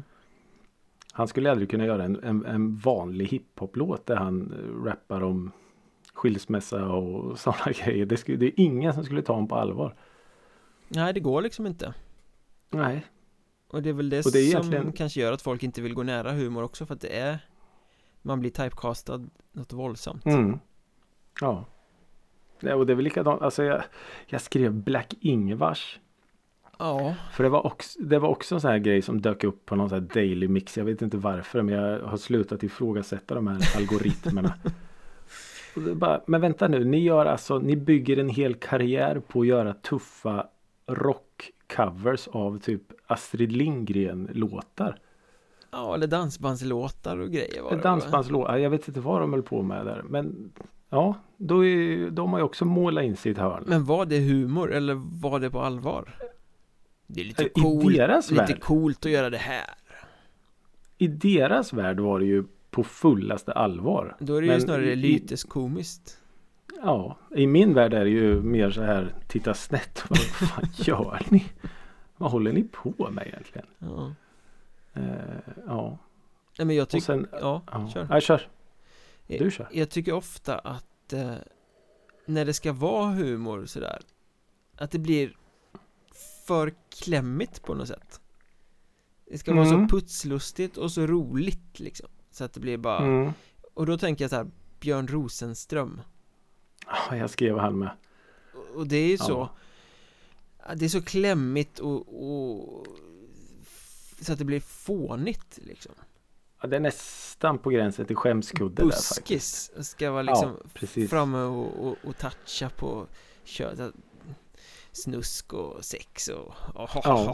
Han skulle aldrig kunna göra en, en, en vanlig hiphop-låt där han eh, rappar om skilsmässa och sådana grejer. Det, skulle, det är ingen som skulle ta honom på allvar. Nej, det går liksom inte. Nej. Och det är väl det, Och det är som egentligen- kanske gör att folk inte vill gå nära humor också, för att det är, man blir typecastad något våldsamt. Mm. Ja. Ja, och det är väl likadant. Alltså jag, jag skrev Black Ingvars. Ja, För det var också, det var också en sån här grej som dök upp på någon sån här daily mix. Jag vet inte varför, men jag har slutat ifrågasätta de här algoritmerna. Och det är bara, men vänta nu, ni gör alltså, ni bygger en hel karriär på att göra tuffa rockcovers av typ Astrid Lindgren-låtar. ja, eller dansbandslåtar och grejer var det. Dansbandslåtar, jag vet inte vad de höll på med där. Men ja, då är, de har ju också målat in sitt hörn. Men var det humor eller var det på allvar? Det är lite I coolt, deras lite värld. coolt att göra det här. I deras värld var det ju på fullaste allvar. Då är det ju Men snarare i- lyteskomiskt. Ja, i min värld är det ju mer så här, titta snett. Vad fan gör ni? Vad håller ni på med egentligen? Ja. Eh, ja. Nej, men jag Och tycker, sen, ja, ja. kör. Nej, kör. Du kör. Jag tycker ofta att eh, när det ska vara humor sådär, att det blir för klämmigt på något sätt. Det ska vara Mm. så putslustigt och så roligt liksom. Så att det blir bara, Mm. och då tänker jag så här, Björn Rosenström. Ja, jag skrev han med. Och det är ju så, Ja. det är så klämmigt och, och så att det blir fånigt liksom. Ja, det är nästan på gränsen till skämskudde där faktiskt. Buskis ska vara liksom Ja, precis. framme och, och, och toucha på kött, snusk och sex och Ja.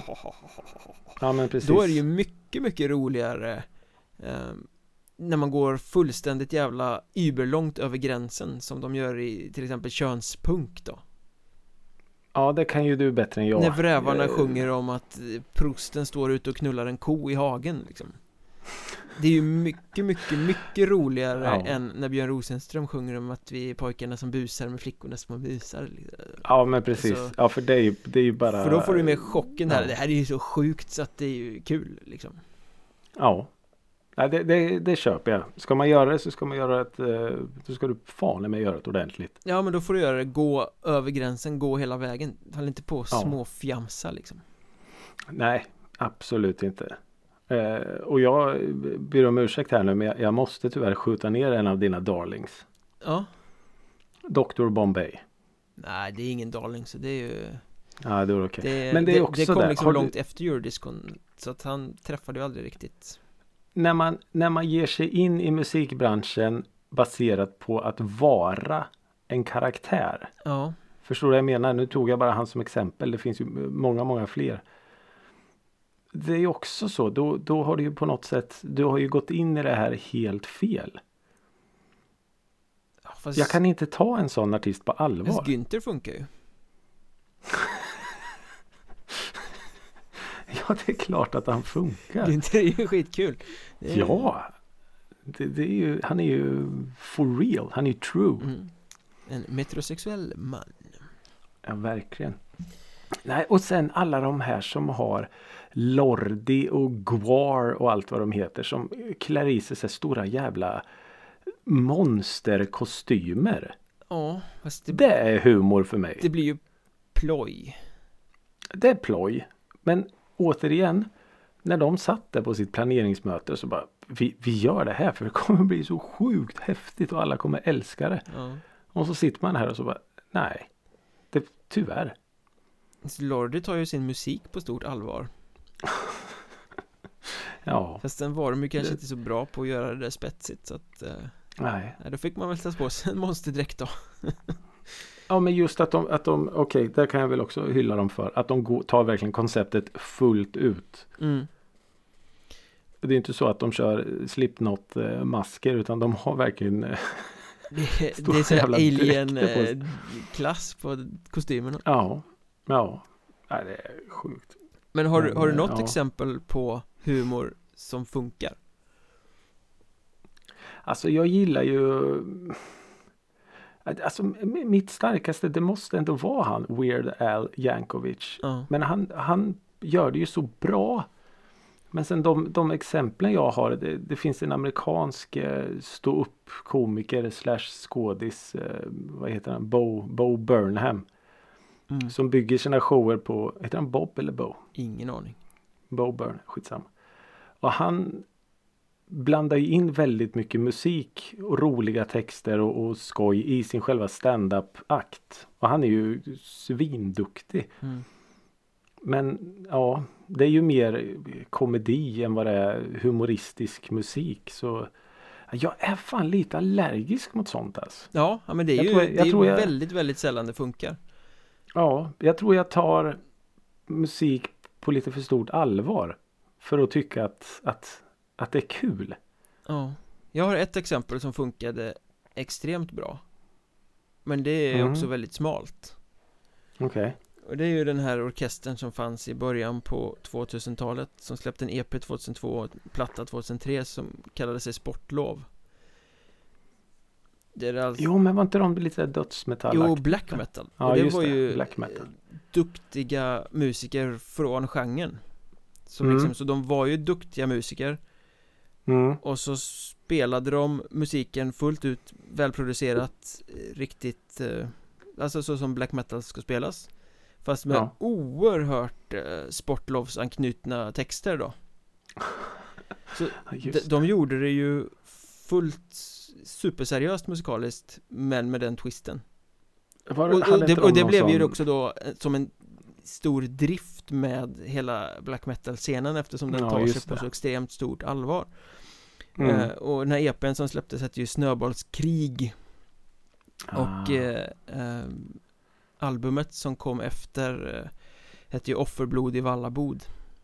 Ja, men precis. då är det ju mycket, mycket roligare eh, när man går fullständigt jävla überlångt över gränsen som de gör i till exempel könspunk då. Ja, det kan ju du bättre än jag. När vrävarna Eh, sjunger om att eh, prosten står ute och knullar en ko i hagen liksom. Det är ju mycket, mycket, mycket roligare Ja. än när Björn Rosenström sjunger om att vi är pojkarna som busar med flickorna som busar. Ja, men precis. Så- Ja, för det är ju, det är ju bara... För då får du med chocken där. Ja. Det här är ju så sjukt så att det är ju kul liksom. Ja. Nej, det, det, det köper jag. Ska man göra det så ska man göra ett, eh, då ska du fan med göra det ordentligt. Ja, men då får du göra det, gå över gränsen, gå hela vägen. Håll inte på att Ja. små fjamsa liksom. Nej, absolut inte. Eh, och jag ber om ursäkt här nu, men jag, jag måste tyvärr skjuta ner en av dina darlings. Ja. doktor Bombay. Nej, det är ingen darling, så det är ju... Ja, det är okej. Det, Men det är det, också det kom där. liksom Har du- långt efter Eurodiscon, så att han träffade ju aldrig riktigt. När man, när man ger sig in i musikbranschen baserat på att vara en karaktär. Ja, Förstår du vad jag menar? Nu tog jag bara han som exempel. Det finns ju många, många fler. Det är ju också så. Då, då har du ju på något sätt, du har ju gått in i det här helt fel. ja fast, Jag kan inte ta en sån artist på fast allvar. Günther funkar ju. Ja, det är klart att han funkar. Günther är ju skitkul. Det är, Ja. Det, det är ju, han är ju for real. Han är ju true. Mm. En metrosexuell man. Ja, verkligen. Nej, och sen alla de här som har Lordi och Gwar och allt vad de heter som klär i sig så här stora jävla monsterkostymer. Ja, fast det, Det är humor för mig. det blir ju ploj. Det är ploj. Men återigen, när de satt där på sitt planeringsmöte så bara, vi, vi gör det här för det kommer bli så sjukt häftigt och alla kommer älska det. Ja. Och så sitter man här och så bara, nej, det, tyvärr. Så Lordi tar ju sin musik på stort allvar. Ja, Fast sen var de ju kanske Det- inte så bra på att göra det där spetsigt, så att... Eh, nej. nej, då fick man väl ta på sig en monsterdräkt då. Ja, men just att de, att de okej, där kan jag väl också hylla dem för. Att de går, tar verkligen konceptet fullt ut. Mm. Det är inte så att de kör Slipknot-masker utan de har verkligen... eh, Det, Stora det är så här jävla dräkter på sig. alien-klass på kostymerna. Ja, ja. Nej, det är sjukt. Men har, du- Men, har du eh, något ja. exempel på humor som funkar? Alltså jag gillar ju... Alltså m- mitt starkaste, det måste ändå vara han, Weird Al Yankovic. Ja. Men han, han gör det ju så bra. Men sen de, de exemplen jag har, det, det finns en amerikansk eh, stå-upp komiker slash skådis, eh, vad heter han, Bo, Bo Burnham. Mm. Som bygger sina shower på, heter han Bob eller Bo? Ingen aning. Bo Burnham, skitsamma. Och han blandar ju in väldigt mycket musik och roliga texter och, och skoj i sin själva stand-up-akt. Och han är ju svinduktig. Mm. Men ja, det är ju mer komedi än vad det är humoristisk musik. Så jag är fan lite allergisk mot sånt alltså. Ja, ja, men det är Jag ju, tror jag- det jag är tror ju jag- väldigt, väldigt sällan det funkar. Ja, jag tror jag tar musik på lite för stort allvar. För att tycka att, att, att det är kul. Ja. Jag har ett exempel som funkade extremt bra. Men det är Mm. också väldigt smalt. Okej. Och det är ju den här orkestern som fanns i början på tvåtusentalet, som släppte en E P tjugohundratvå och en platta tjugohundratre som kallade sig Sportlov. Det är alltså, Jo, men var inte de lite dödsmetall? jo, black metal. Ja, och det just var det. ju Black metal. eh, duktiga musiker från genren. Som Mm. liksom, så de var ju duktiga musiker. Mm. Och så spelade de musiken fullt ut, välproducerat, eh, riktigt, eh, alltså så som black metal ska spelas. Fast med Ja. oerhört eh, sportlovsanknutna texter då. Så Ja, de, just de gjorde det ju fullt superseriöst musikaliskt, men med den twisten. Var, Och, och hade det, inte och de det någon blev ju sån- också då eh, som en stor drift med hela black metal-scenen, eftersom den Ja, tar sig just på det. så extremt stort allvar. Mm. Eh, och den här E P:n som släpptes hette ju Snöbollskrig. Ah. Och eh, eh, albumet som kom efter eh, hette ju Offerblod i Vallabod.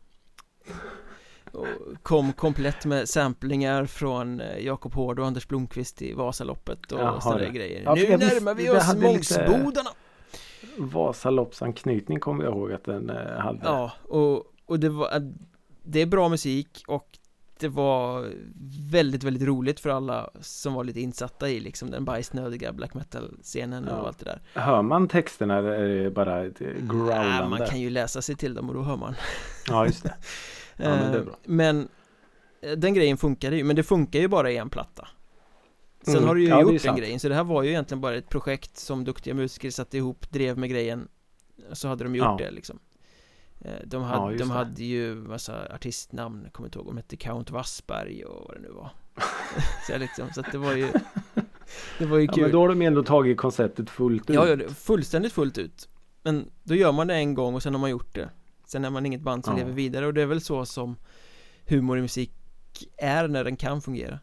Och kom komplett med samplingar från eh, Jakob Hård och Anders Blomqvist i Vasaloppet och Jaha, sådana där det. grejer. Ja, för Nu jag visste- närmar vi det oss hade lite- Mångsbodarna! Vasaloppsanknytning kommer jag ihåg att den eh, hade. Ja, och, och det var det är bra musik och det var väldigt, väldigt roligt för alla som var lite insatta i liksom den bajsnödiga black metal-scenen Ja. och allt det där. Hör man texterna eller är det bara ett eh, growlande? Nej, man kan ju läsa sig till dem och då hör man. Ja, just det. Ja, men det är Eh, bra. men Den grejen funkade ju, men det funkar ju bara i en platta. Sen Mm. har du ju Ja, det är gjort den sant. grejen, så det här var ju egentligen bara ett projekt som duktiga musiker satte ihop, drev med grejen. Så hade de gjort Ja. det liksom. Eh, De Ja, hade, just de det. hade ju massa artistnamn, jag kommer inte ihåg, de hette Count Wassberg och vad det nu var. så, jag liksom, så att det var ju Det var ju Ja, kul. men då har de ändå tagit konceptet fullt ut. Ja, ja, det- fullständigt fullt ut. Men då gör man det en gång och sen har man gjort det. Sen är man inget band som Ja. lever vidare, och det är väl så som humor i musik är när den kan fungera.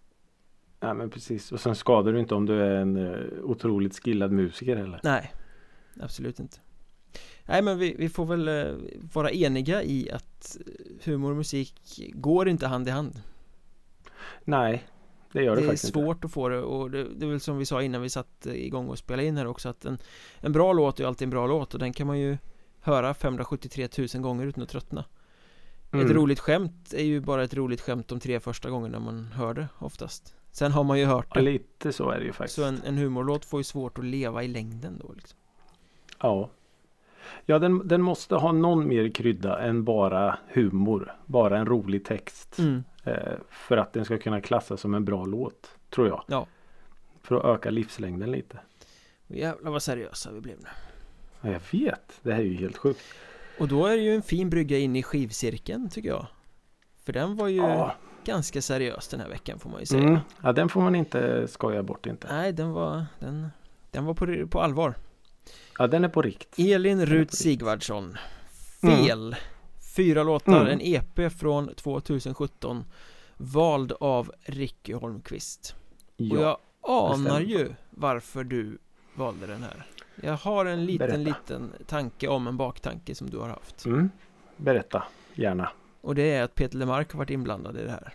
Ja, men precis. Och sen skadar du inte om du är en uh, otroligt skillad musiker eller? Nej, absolut inte. Nej, men vi, vi får väl eh, vara eniga i att humor och musik går inte hand i hand. Nej, det gör det, Det är faktiskt svårt att få det, och det, det är väl som vi sa innan vi satt igång och spelade in här också, att en, en bra låt är ju alltid en bra låt, och den kan man ju höra femhundrasjuttiotre tusen gånger utan att tröttna. inte. Ett Mm. roligt skämt är ju bara ett roligt skämt de tre första gångerna man hör det oftast. Sen har man ju hört Ja, det. lite så är det ju faktiskt. Så en, en humorlåt får ju svårt att leva i längden då liksom. Ja. Ja, den, den måste ha någon mer krydda än bara humor. Bara en rolig text. Mm. Eh, för att den ska kunna klassas som en bra låt, tror jag. Ja. För att öka livslängden lite. Jävlar vad seriösa vi blev nu. Ja, jag vet, det här är ju helt sjukt. Och då är det ju en fin brygga in i skivcirkeln tycker jag. För den var ju Ja. ganska seriös den här veckan får man ju säga. Mm. Ja, den får man inte skoja bort inte. Nej, den var, den, den var på, på allvar. Ja, den är på rikt. Elin är på Rut riktigt. Sigvardsson. Fel. Fyra låtar, Mm. en E P från tjugosjutton. Vald av Ricky Holmqvist. Och Ja. jag anar stämmer. ju varför du valde den här. Jag har en liten, Berätta. liten tanke om en baktanke som du har haft. Mm. Berätta, gärna. Och det är att Peter Lemark har varit inblandad i det här.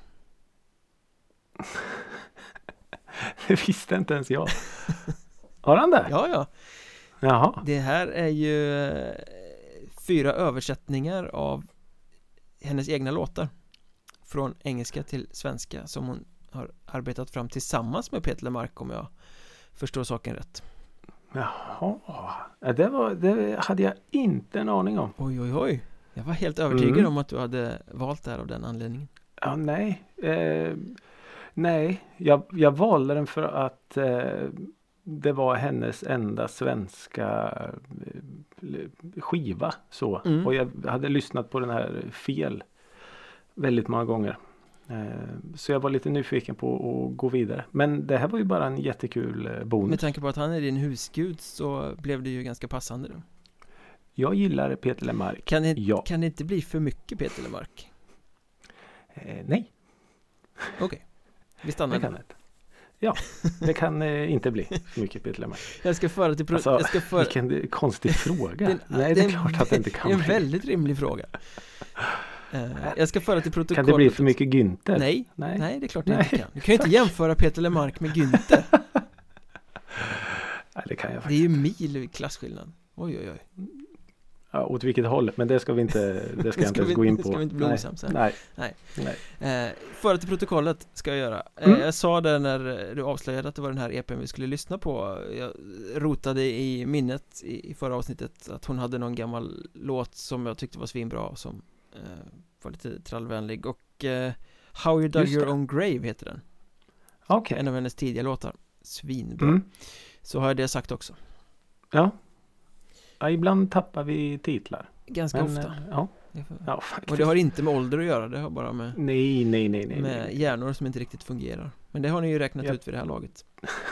Det visste inte ens jag. Har han det? Ja, ja. Jaha. Det här är ju eh, fyra översättningar av hennes egna låtar. Från engelska till svenska som hon har arbetat fram tillsammans med Peter Lemark, om jag förstår saken rätt. Jaha. Ja, det, var, det hade jag inte en aning om. Oj, oj, oj. Jag var helt övertygad Mm. om att du hade valt det här av den anledningen. Ja, nej. Eh, nej, jag, jag valde den för att eh, det var hennes enda svenska eh, skiva. Så. Mm. Och jag hade lyssnat på den här fel väldigt många gånger. Eh, så jag var lite nyfiken på att gå vidare. Men det här var ju bara en jättekul eh, bonus. Med tanke på att han är din husgud så blev det ju ganska passande då. Jag gillar Peter Lemark. Kan det, Ja. kan det inte bli för mycket Peter Lemark? Eh, nej, Okej, vi stannar det kan där. det inte. Ja, det kan eh, inte bli för mycket Peter Lemark. Jag ska föra till pro- Alltså, jag ska föra... vilken konstig fråga. Det är en- Nej, det är en klart att det inte vä- kan Det är en bli. väldigt rimlig fråga. Eh, jag ska föra till protokollet. Kan det bli för mycket Günther? Nej, Nej. nej, det är klart det Nej. inte kan. Du kan ju inte jämföra Peter Lemark med Günther. Nej, det kan jag Det är faktiskt. ju mil klasskillnad. Oj, oj, oj. Ja, åt vilket håll? Men det ska vi inte, det ska Det jag inte ska ens vi- gå in det på. ska vi inte bli Nej. osams här. Nej. Nej. Nej. Eh, föra till protokollet ska jag göra. Eh, Mm. Jag sa det när du avslöjade att det var den här E P:n vi skulle lyssna på. Jag rotade i minnet i, i förra avsnittet att hon hade någon gammal låt som jag tyckte var svinbra och som eh, var lite trallvänlig. Och eh, How You Dug Just Your det. Own Grave heter den. Okej. En av hennes tidiga låtar. Svinbra. Mm. Så har jag det sagt också. Ja. Ja, ibland tappar vi titlar. Ganska Men, ofta. eh, ja, Det får- ja, faktiskt. Och det har inte med ålder att göra, det har bara med, Nej, nej, nej, nej. med nej. hjärnor som inte riktigt fungerar. Men det har ni ju räknat Ja. ut vid det här laget.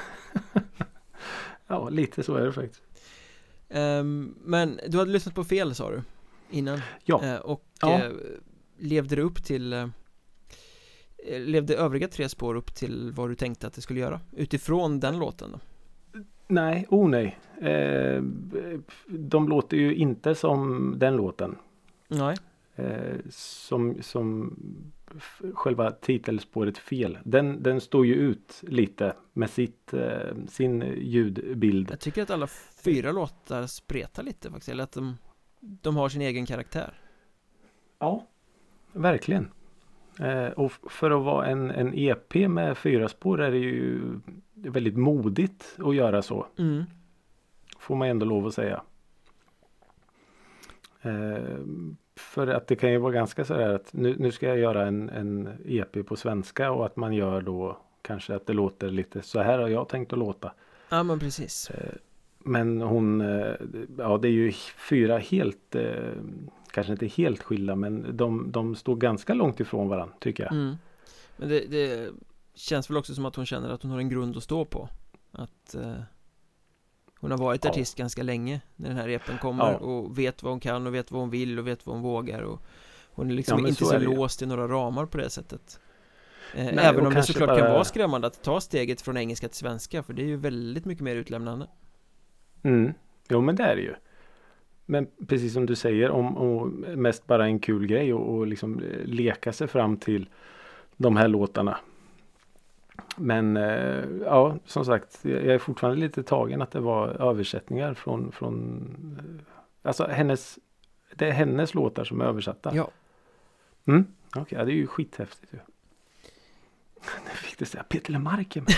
Ja, lite så är det faktiskt. Ehm, men du hade lyssnat på fel sa du innan. Ja. Eh, och Ja. eh, levde det upp till eh, levde övriga tre spår upp till vad du tänkte att det skulle göra utifrån den låten då? Nej, oh nej. Eh, de låter ju inte som den låten. Nej. Eh, som, som f- själva titelspåret fel. Den, den står ju ut lite med sitt, eh, sin ljudbild. Jag tycker att alla fyra låtar spretar lite faktiskt, eller att de, de har sin egen karaktär. Ja, verkligen. Eh, och f- för att vara en, en E P med fyra spår är det ju väldigt modigt att göra så. Mm. Får man ändå lov att säga. Eh, för att det kan ju vara ganska så här att nu, nu ska jag göra en, en E P på svenska och att man gör då kanske att det låter lite så här har jag tänkt att låta. Ja, men precis. Eh, men hon, eh, ja det är ju fyra helt, eh, kanske inte helt skilda men de, de står ganska långt ifrån varandra tycker jag. Mm. Men det, det känns väl också som att hon känner att hon har en grund att stå på. Att eh, hon har varit Ja. artist ganska länge när den här repen kommer Ja. och vet vad hon kan och vet vad hon vill och vet vad hon vågar och hon är liksom Ja, men inte så så, är det ju. låst i några ramar på det sättet. Eh, Nej, även och om det kanske såklart bara- kan vara skrämmande att ta steget från engelska till svenska för det är ju väldigt mycket mer utlämnande. Mm. Jo men det är det ju. Men precis som du säger om, om mest bara en kul grej och, och liksom eh, leka sig fram till de här låtarna. Men eh, ja, som sagt, jag är fortfarande lite tagen att det var översättningar från, från eh, alltså hennes, det är hennes låtar som är översatta. Ja, Mm? Okej, ja, det är ju skithäftigt ju. Nu fick du säga Peter Lemark är med.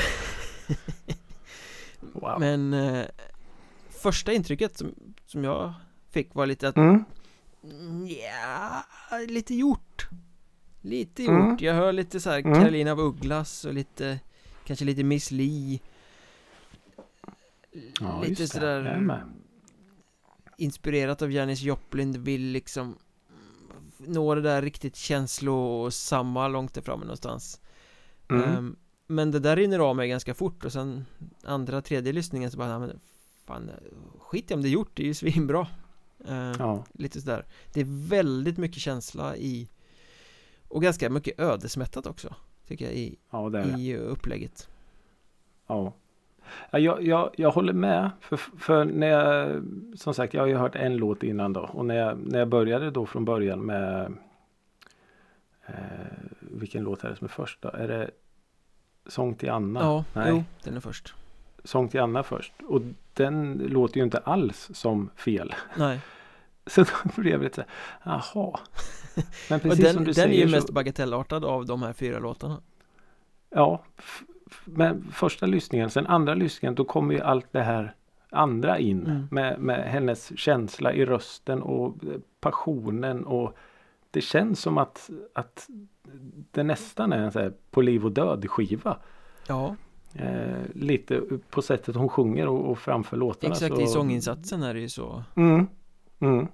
Wow. men eh, första intrycket som, som jag fick var lite att Mm. ja, lite gjort. Lite gjort. Mm. Jag hör lite så här Mm. Karolina av Ugglas och lite kanske lite Miss Li. Ja, lite just det. sådär Jag är med. inspirerat av Janis Joplin, vill liksom nå det där riktigt känslosamma långt ifrån någonstans. Mm. Ehm, men det där rinner av mig ganska fort och sen andra, tredje lyssningen så bara, nej, men fan, skit i om det är gjort, det är ju svinbra. Ehm, Ja. Lite sådär. Det är väldigt mycket känsla i och ganska mycket ödesmättat också, tycker jag, i, Ja, det är det. i upplägget. Ja. Ja, jag, jag, jag håller med. För, för när jag, som sagt, jag har ju hört en låt innan då. Och när jag, när jag började då från början med eh, vilken låt är det som är först då? Är det Sång till Anna? Ja, Nej, jo, den är först. Sång till Anna först. Och den låter ju inte alls som fel. Nej, Så då blev det lite så här, jaha. Men och precis den, som du den säger är ju så, mest bagatellartad av de här fyra låtarna. ja, f- f- men första lyssningen, sen andra lyssningen, då kommer ju allt det här andra in Mm. med, med hennes känsla i rösten och eh, passionen och det känns som att, att det nästan är en så här på liv och död skiva. Ja, Eh, lite på sättet hon sjunger och, och framför låtarna. exakt, så, i sånginsatsen är det ju så. Mm, mm.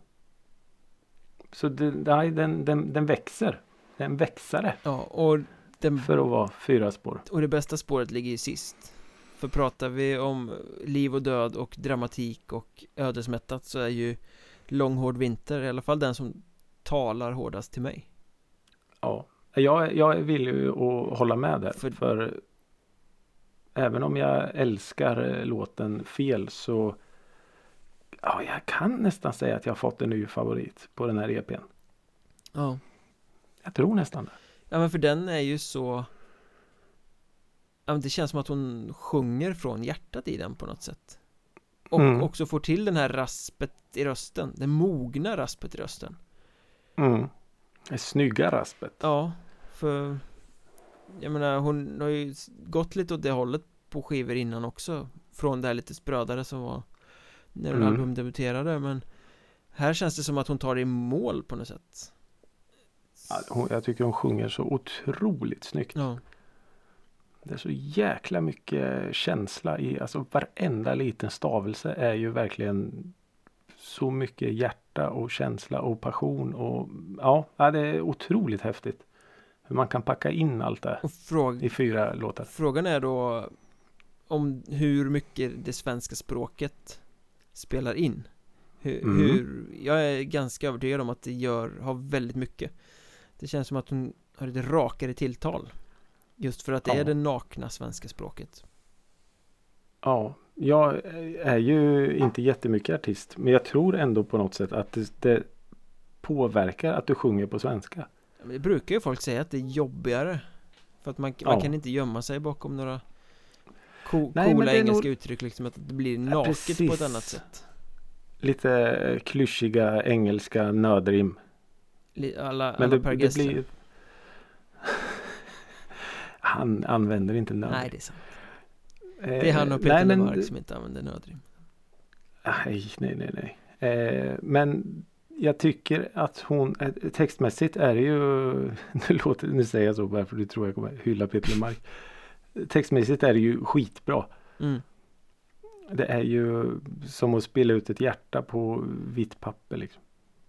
Så det, nej, den, den, den växer. Den växare Ja, och, den, för att vara fyra spår. och det bästa spåret ligger ju sist. För pratar vi om liv och död och dramatik och ödesmättat så är ju Lång hård vinter i alla fall den som talar hårdast till mig. Ja, jag, jag vill ju att hålla med där. För- För, även om jag älskar låten Fel så ja, jag kan nästan säga att jag har fått en ny favorit på den här E P:n. Ja. Jag tror nästan det. Ja, men för den är ju så, ja, men det känns som att hon sjunger från hjärtat i den på något sätt. Och Mm. också får till den här raspet i rösten, det mogna raspet i rösten. Mm. Det snygga raspet. Ja, för jag menar, hon har ju gått lite åt det hållet på skivor innan också, från det här lite sprödare som var när hon Mm. album debuterade, men här känns det som att hon tar det i mål på något sätt. Ja, hon, jag tycker hon sjunger så otroligt snyggt. Ja, Det är så jäkla mycket känsla i, alltså varenda liten stavelse är ju verkligen så mycket hjärta och känsla och passion och ja, ja, det är otroligt häftigt. Hur man kan packa in allt det och fråg, i fyra låtar. frågan är då om hur mycket det svenska språket spelar in. Hur, Mm. hur jag är ganska övertygad om att det gör, har väldigt mycket. Det känns som att hon har ett rakare tilltal. Just för att det Ja. är det nakna svenska språket. Ja, jag är ju inte jättemycket artist men jag tror ändå på något sätt att det, det påverkar att du sjunger på svenska. Men det brukar ju folk säga att det är jobbigare. För att man, man Ja. kan inte gömma sig bakom några co- Nej, men coola det är engelska nog- uttryck liksom, att det blir naket precis. på ett annat sätt. Lite klyschiga engelska nödrim. Li- Alla, Men alla det, Per det Gessle. blir... Han använder inte nödrim. Nej, det är sant. Det är han och Eh, Peter nej, men- Lemark som inte använder nödrim. Nej, nej, nej, nej. Eh, men jag tycker att hon textmässigt är det ju nu, låter, nu säger jag så bara för du tror jag kommer hylla Peter Lemark. Textmässigt är det ju skitbra. Mm. Det är ju som att spela ut ett hjärta på vitt papper liksom.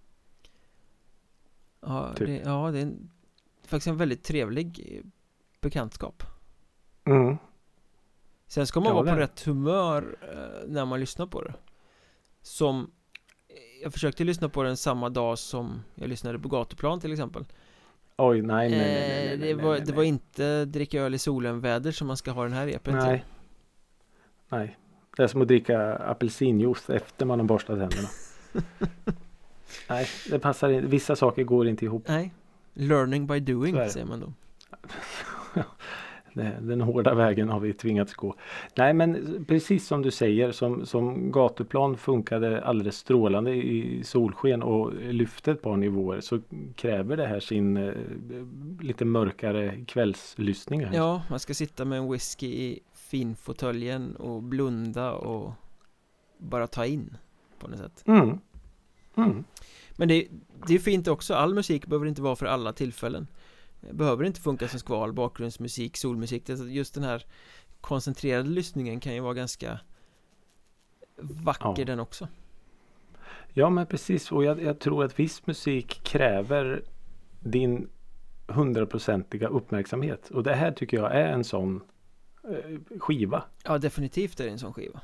Ja, Typ. det, ja, det är en, faktiskt en väldigt trevlig bekantskap. Mm. Sen ska man Ja, vara på det. rätt humör eh, när man lyssnar på det. Som jag försökte lyssna på den samma dag som jag lyssnade på Gatuplan till exempel. Oj, nej, nej, nej, nej, nej, Eh, nej, det, var, nej, det nej. var inte dricka öl i solen-väder som man ska ha den här epen till. Nej. Nej. Det är som att dricka apelsinjuice efter man har borstat händerna. Nej, det passar inte. Vissa saker går inte ihop. Nej, learning by doing Så är det. säger man då. Det- Den hårda vägen har vi tvingats gå. Nej, men precis som du säger, som, som Gatuplan funkade alldeles strålande i solsken och lyfte ett par nivåer, så kräver det här sin eh, lite mörkare kvällslyssning här. Ja, man ska sitta med en whisky i finfåtöljen och blunda och bara ta in på något sätt. Mm. Mm. Men det, det är fint också, all musik behöver inte vara för alla tillfällen. Det behöver inte funka som skval, bakgrundsmusik, solmusik. Det- Just den här koncentrerade lyssningen kan ju vara ganska vacker Ja. den också. Ja, men precis. Och jag, jag tror att viss musik kräver din hundraprocentiga uppmärksamhet. Och det här tycker jag är en sån eh, skiva. Ja, definitivt är det en sån skiva.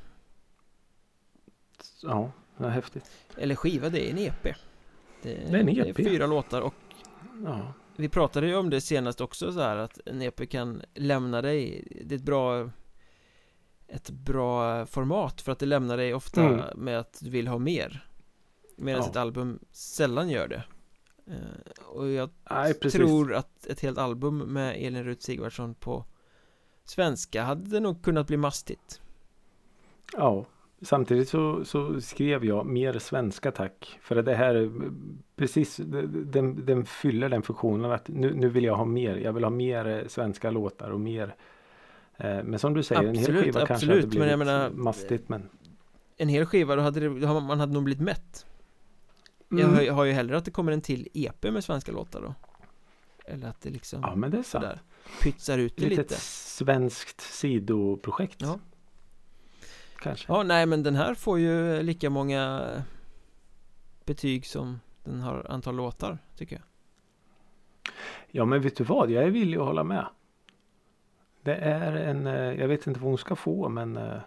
Ja, det är häftigt. Eller skiva, det är en E P. Det, Det är en E P. det är fyra låtar och Ja. vi pratade ju om det senast också så här att en E P kan lämna dig, det är ett bra ett bra format för att det lämnar dig ofta Mm. med att du vill ha mer, medan Ja. ett album sällan gör det. Eh, och jag Nej, precis. tror att ett helt album med Elin Rut Sigvardsson på svenska hade nog kunnat bli mastigt. Ja, samtidigt så, så skrev jag mer svenska tack. För att det här är precis, den, den fyller den funktionen att nu, nu vill jag ha mer. Jag vill ha mer eh, svenska låtar och mer. Eh, men som du säger, en hel Absolut, skiva kanske absolut, hade men jag blivit menar- mastigt. Men En hel skiva, då hade det, då har man hade nog blivit mätt. Jag Mm. har, jag har ju hellre att det kommer en till E P med svenska låtar då. Eller att det liksom Ja, men det är sant. sådär pytsar ut det Lite lite. ett svenskt sidoprojekt. Ja. Kanske. Ja, nej men den här får ju lika många betyg som den har antal låtar, tycker jag. Ja, men vet du vad? Jag är villig att hålla med. Det är en, eh, jag vet inte vad hon ska få, men eh,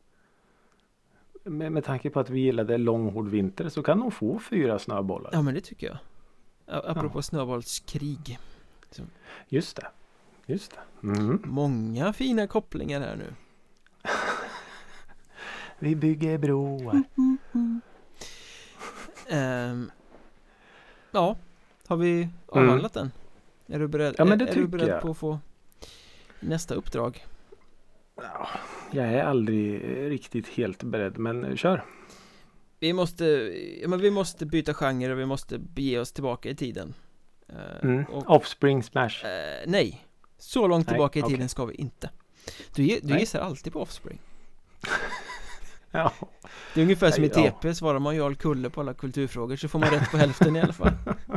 med, med tanke på att vi gillade lång hård vinter så kan hon få fyra snöbollar. Ja, men det tycker jag. A- Apropå snöbollskrig. Just det. Just det. Mm. Många fina kopplingar här nu. Vi bygger broar. Ehm, ja, har vi avhandlat den? Är du beredd, Ja, men det är, är du tycker beredd jag. på att få nästa uppdrag? Ja, jag är aldrig riktigt helt beredd, men kör. Vi måste, ja, men vi måste byta genre och vi måste bege oss tillbaka i tiden. Eh, Mm. och, Offspring Smash. eh, nej, så långt Nej, tillbaka i okej. tiden ska vi inte. Du, ge- du Nej. gissar alltid på Offspring. Ja. Det är ungefär som i Nej, ja. T P, svarar man Jarl Kulle på alla kulturfrågor så får man rätt på hälften i alla fall.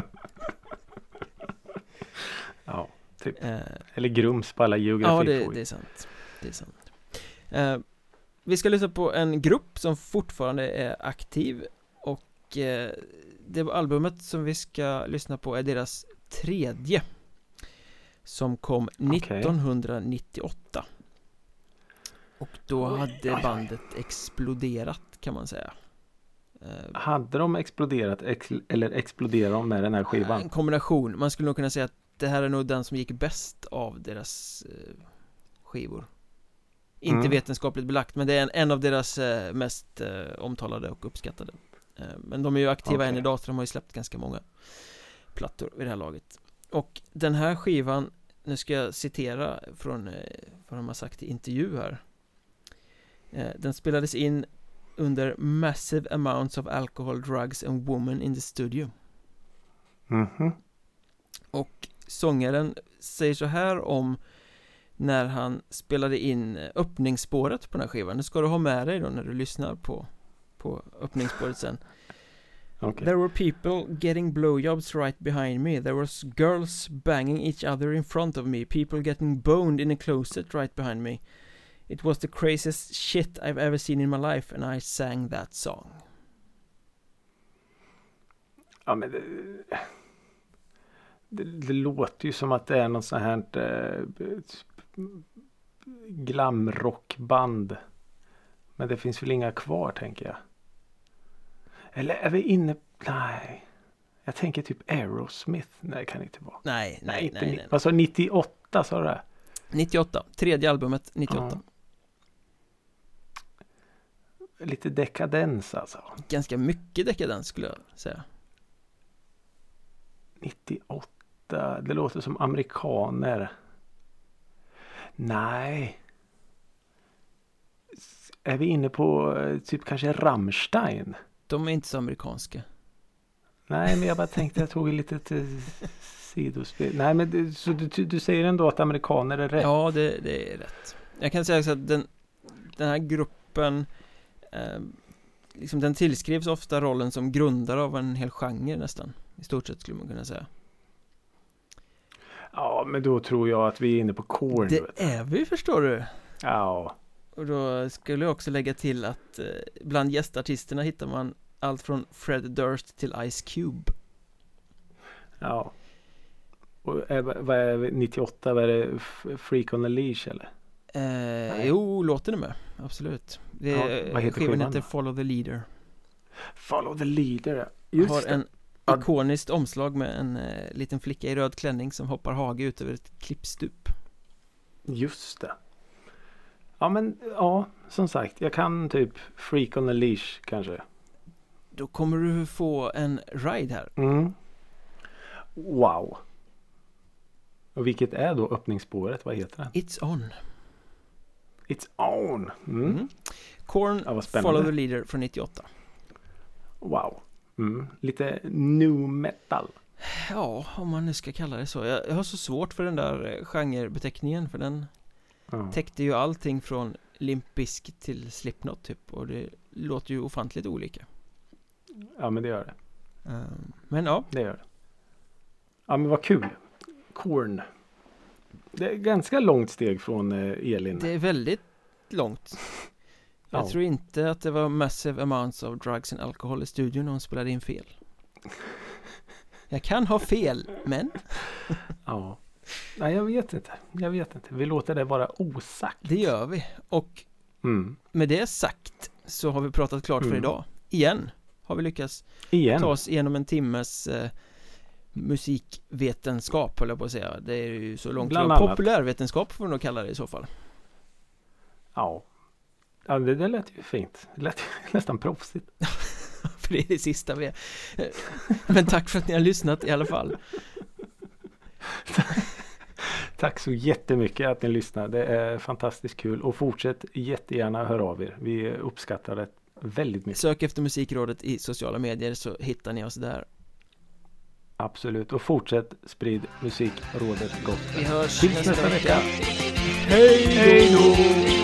Ja, typ. Eh, Eller grums på alla ja, geografifrågor. det, det är sant. Det är sant. Eh, vi ska lyssna på en grupp som fortfarande är aktiv och eh, det albumet som vi ska lyssna på är deras tredje som kom nittonhundranittioåtta. Och då Oj, hade oj, oj. bandet exploderat, kan man säga. Eh, Hade de exploderat ex eller exploderar de med den här skivan? En kombination. Man skulle nog kunna säga att det här är nog den som gick bäst av deras eh, skivor. Inte Mm. vetenskapligt belagt, men det är en, en av deras eh, mest eh, omtalade och uppskattade. Eh, men de är ju aktiva Okej. än idag, så de har ju släppt ganska många plattor vid det här laget. Och den här skivan, nu ska jag citera från eh, vad de har sagt i intervju här. Eh, den spelades in under massive amounts of alcohol, drugs and women in the studio. Mhm. Och sångaren säger så här om när han spelade in öppningsspåret på den här skivan. Det ska du ha med dig då när du lyssnar på, på öppningsspåret sen. Okay. There were people getting blowjobs right behind me. There was girls banging each other in front of me. People getting boned in a closet right behind me. It was the craziest shit I've ever seen in my life, and I sang that song. Ja, men det, det, det låter ju som att det är något sånt här eh, glamrockband. Men det finns väl inga kvar, tänker jag. Eller är vi inne... Nej. Jag tänker typ Aerosmith. Nej, det kan det inte vara. Nej, nej, inte nej, ni- nej. Vad sa nittioåtta, sa du det? nittioåtta, tredje albumet nittioåtta. Ja. Lite dekadens alltså. Ganska mycket dekadens skulle jag säga. nittioåtta. Det låter som amerikaner. Nej. S- Är vi inne på eh, typ kanske Rammstein? De är inte så amerikanska. Nej, men jag bara tänkte jag tog ett litet eh, sidospel. Nej, men det, så du, du säger ändå att amerikaner är rätt? Ja, det, det är rätt. Jag kan säga så att den, den här gruppen eh, liksom den tillskrivs ofta rollen som grundare av en hel genre nästan. I stort sett skulle man kunna säga. Ja, men då tror jag att vi är inne på Korn. Det vet du. är vi, förstår du. Ja. Och då skulle jag också lägga till att eh, bland gästartisterna hittar man allt från Fred Durst till Ice Cube. Ja. Och är, vad är vi, nittioåtta, vad är det? F- Freak on a Leash eller? Eh, jo, låten är med. Absolut. Det, Ja, vad heter skivan skivan heter då? Follow the Leader. Follow the Leader. Just Har det. en Ja. ikoniskt omslag med en eh, liten flicka i röd klänning som hoppar hage ut över ett klippstup. Just det. Ja, men ja, som sagt, jag kan typ Freak on a Leash kanske. Då kommer du få en ride här. Mm. Wow. Och vilket är då öppningsspåret? Vad heter den? It's on. It's on. Mm. Mm. Korn, Ja, vad spännande. Follow the Leader från nittioåtta. Wow. Mm. Lite new metal. Ja, om man nu ska kalla det så. Jag, jag har så svårt för den där eh, genrebeteckningen, för den Ja. täckte ju allting från Limp Bizkit till Slipknot typ, och det låter ju ofantligt olika. Ja, men det gör det. Um, men ja, Det gör det. Ja, men vad kul. Korn. Det är ganska långt steg från eh, Elin. det är väldigt långt. Jag Ja. tror inte att det var massive amounts of drugs and alcohol i studion när hon spelade in fel. Jag kan ha fel, men Ja. Nej, jag vet inte. Jag vet inte. Vi låter det vara osagt. det gör vi. Och Mm. med det sagt så har vi pratat klart för Mm. idag. Igen har vi lyckats Igen. ta oss igenom en timmes eh, musikvetenskap, höll jag på att säga. Det är ju så långt Bland från annat. populärvetenskap får vi nog kalla det i så fall. Ja. Ja, det, det lät ju fint. Det lät ju nästan proffsigt. För det är det sista vi är. Men tack för att ni har lyssnat i alla fall. Tack så jättemycket att ni lyssnar. Det är fantastiskt kul. Och fortsätt jättegärna höra av er. Vi uppskattar det väldigt mycket. Sök efter Musikrådet i sociala medier så hittar ni oss där. Absolut. Och fortsätt sprid Musikrådet gott. Vi hörs Tills nästa, nästa vecka. vecka. Hej då!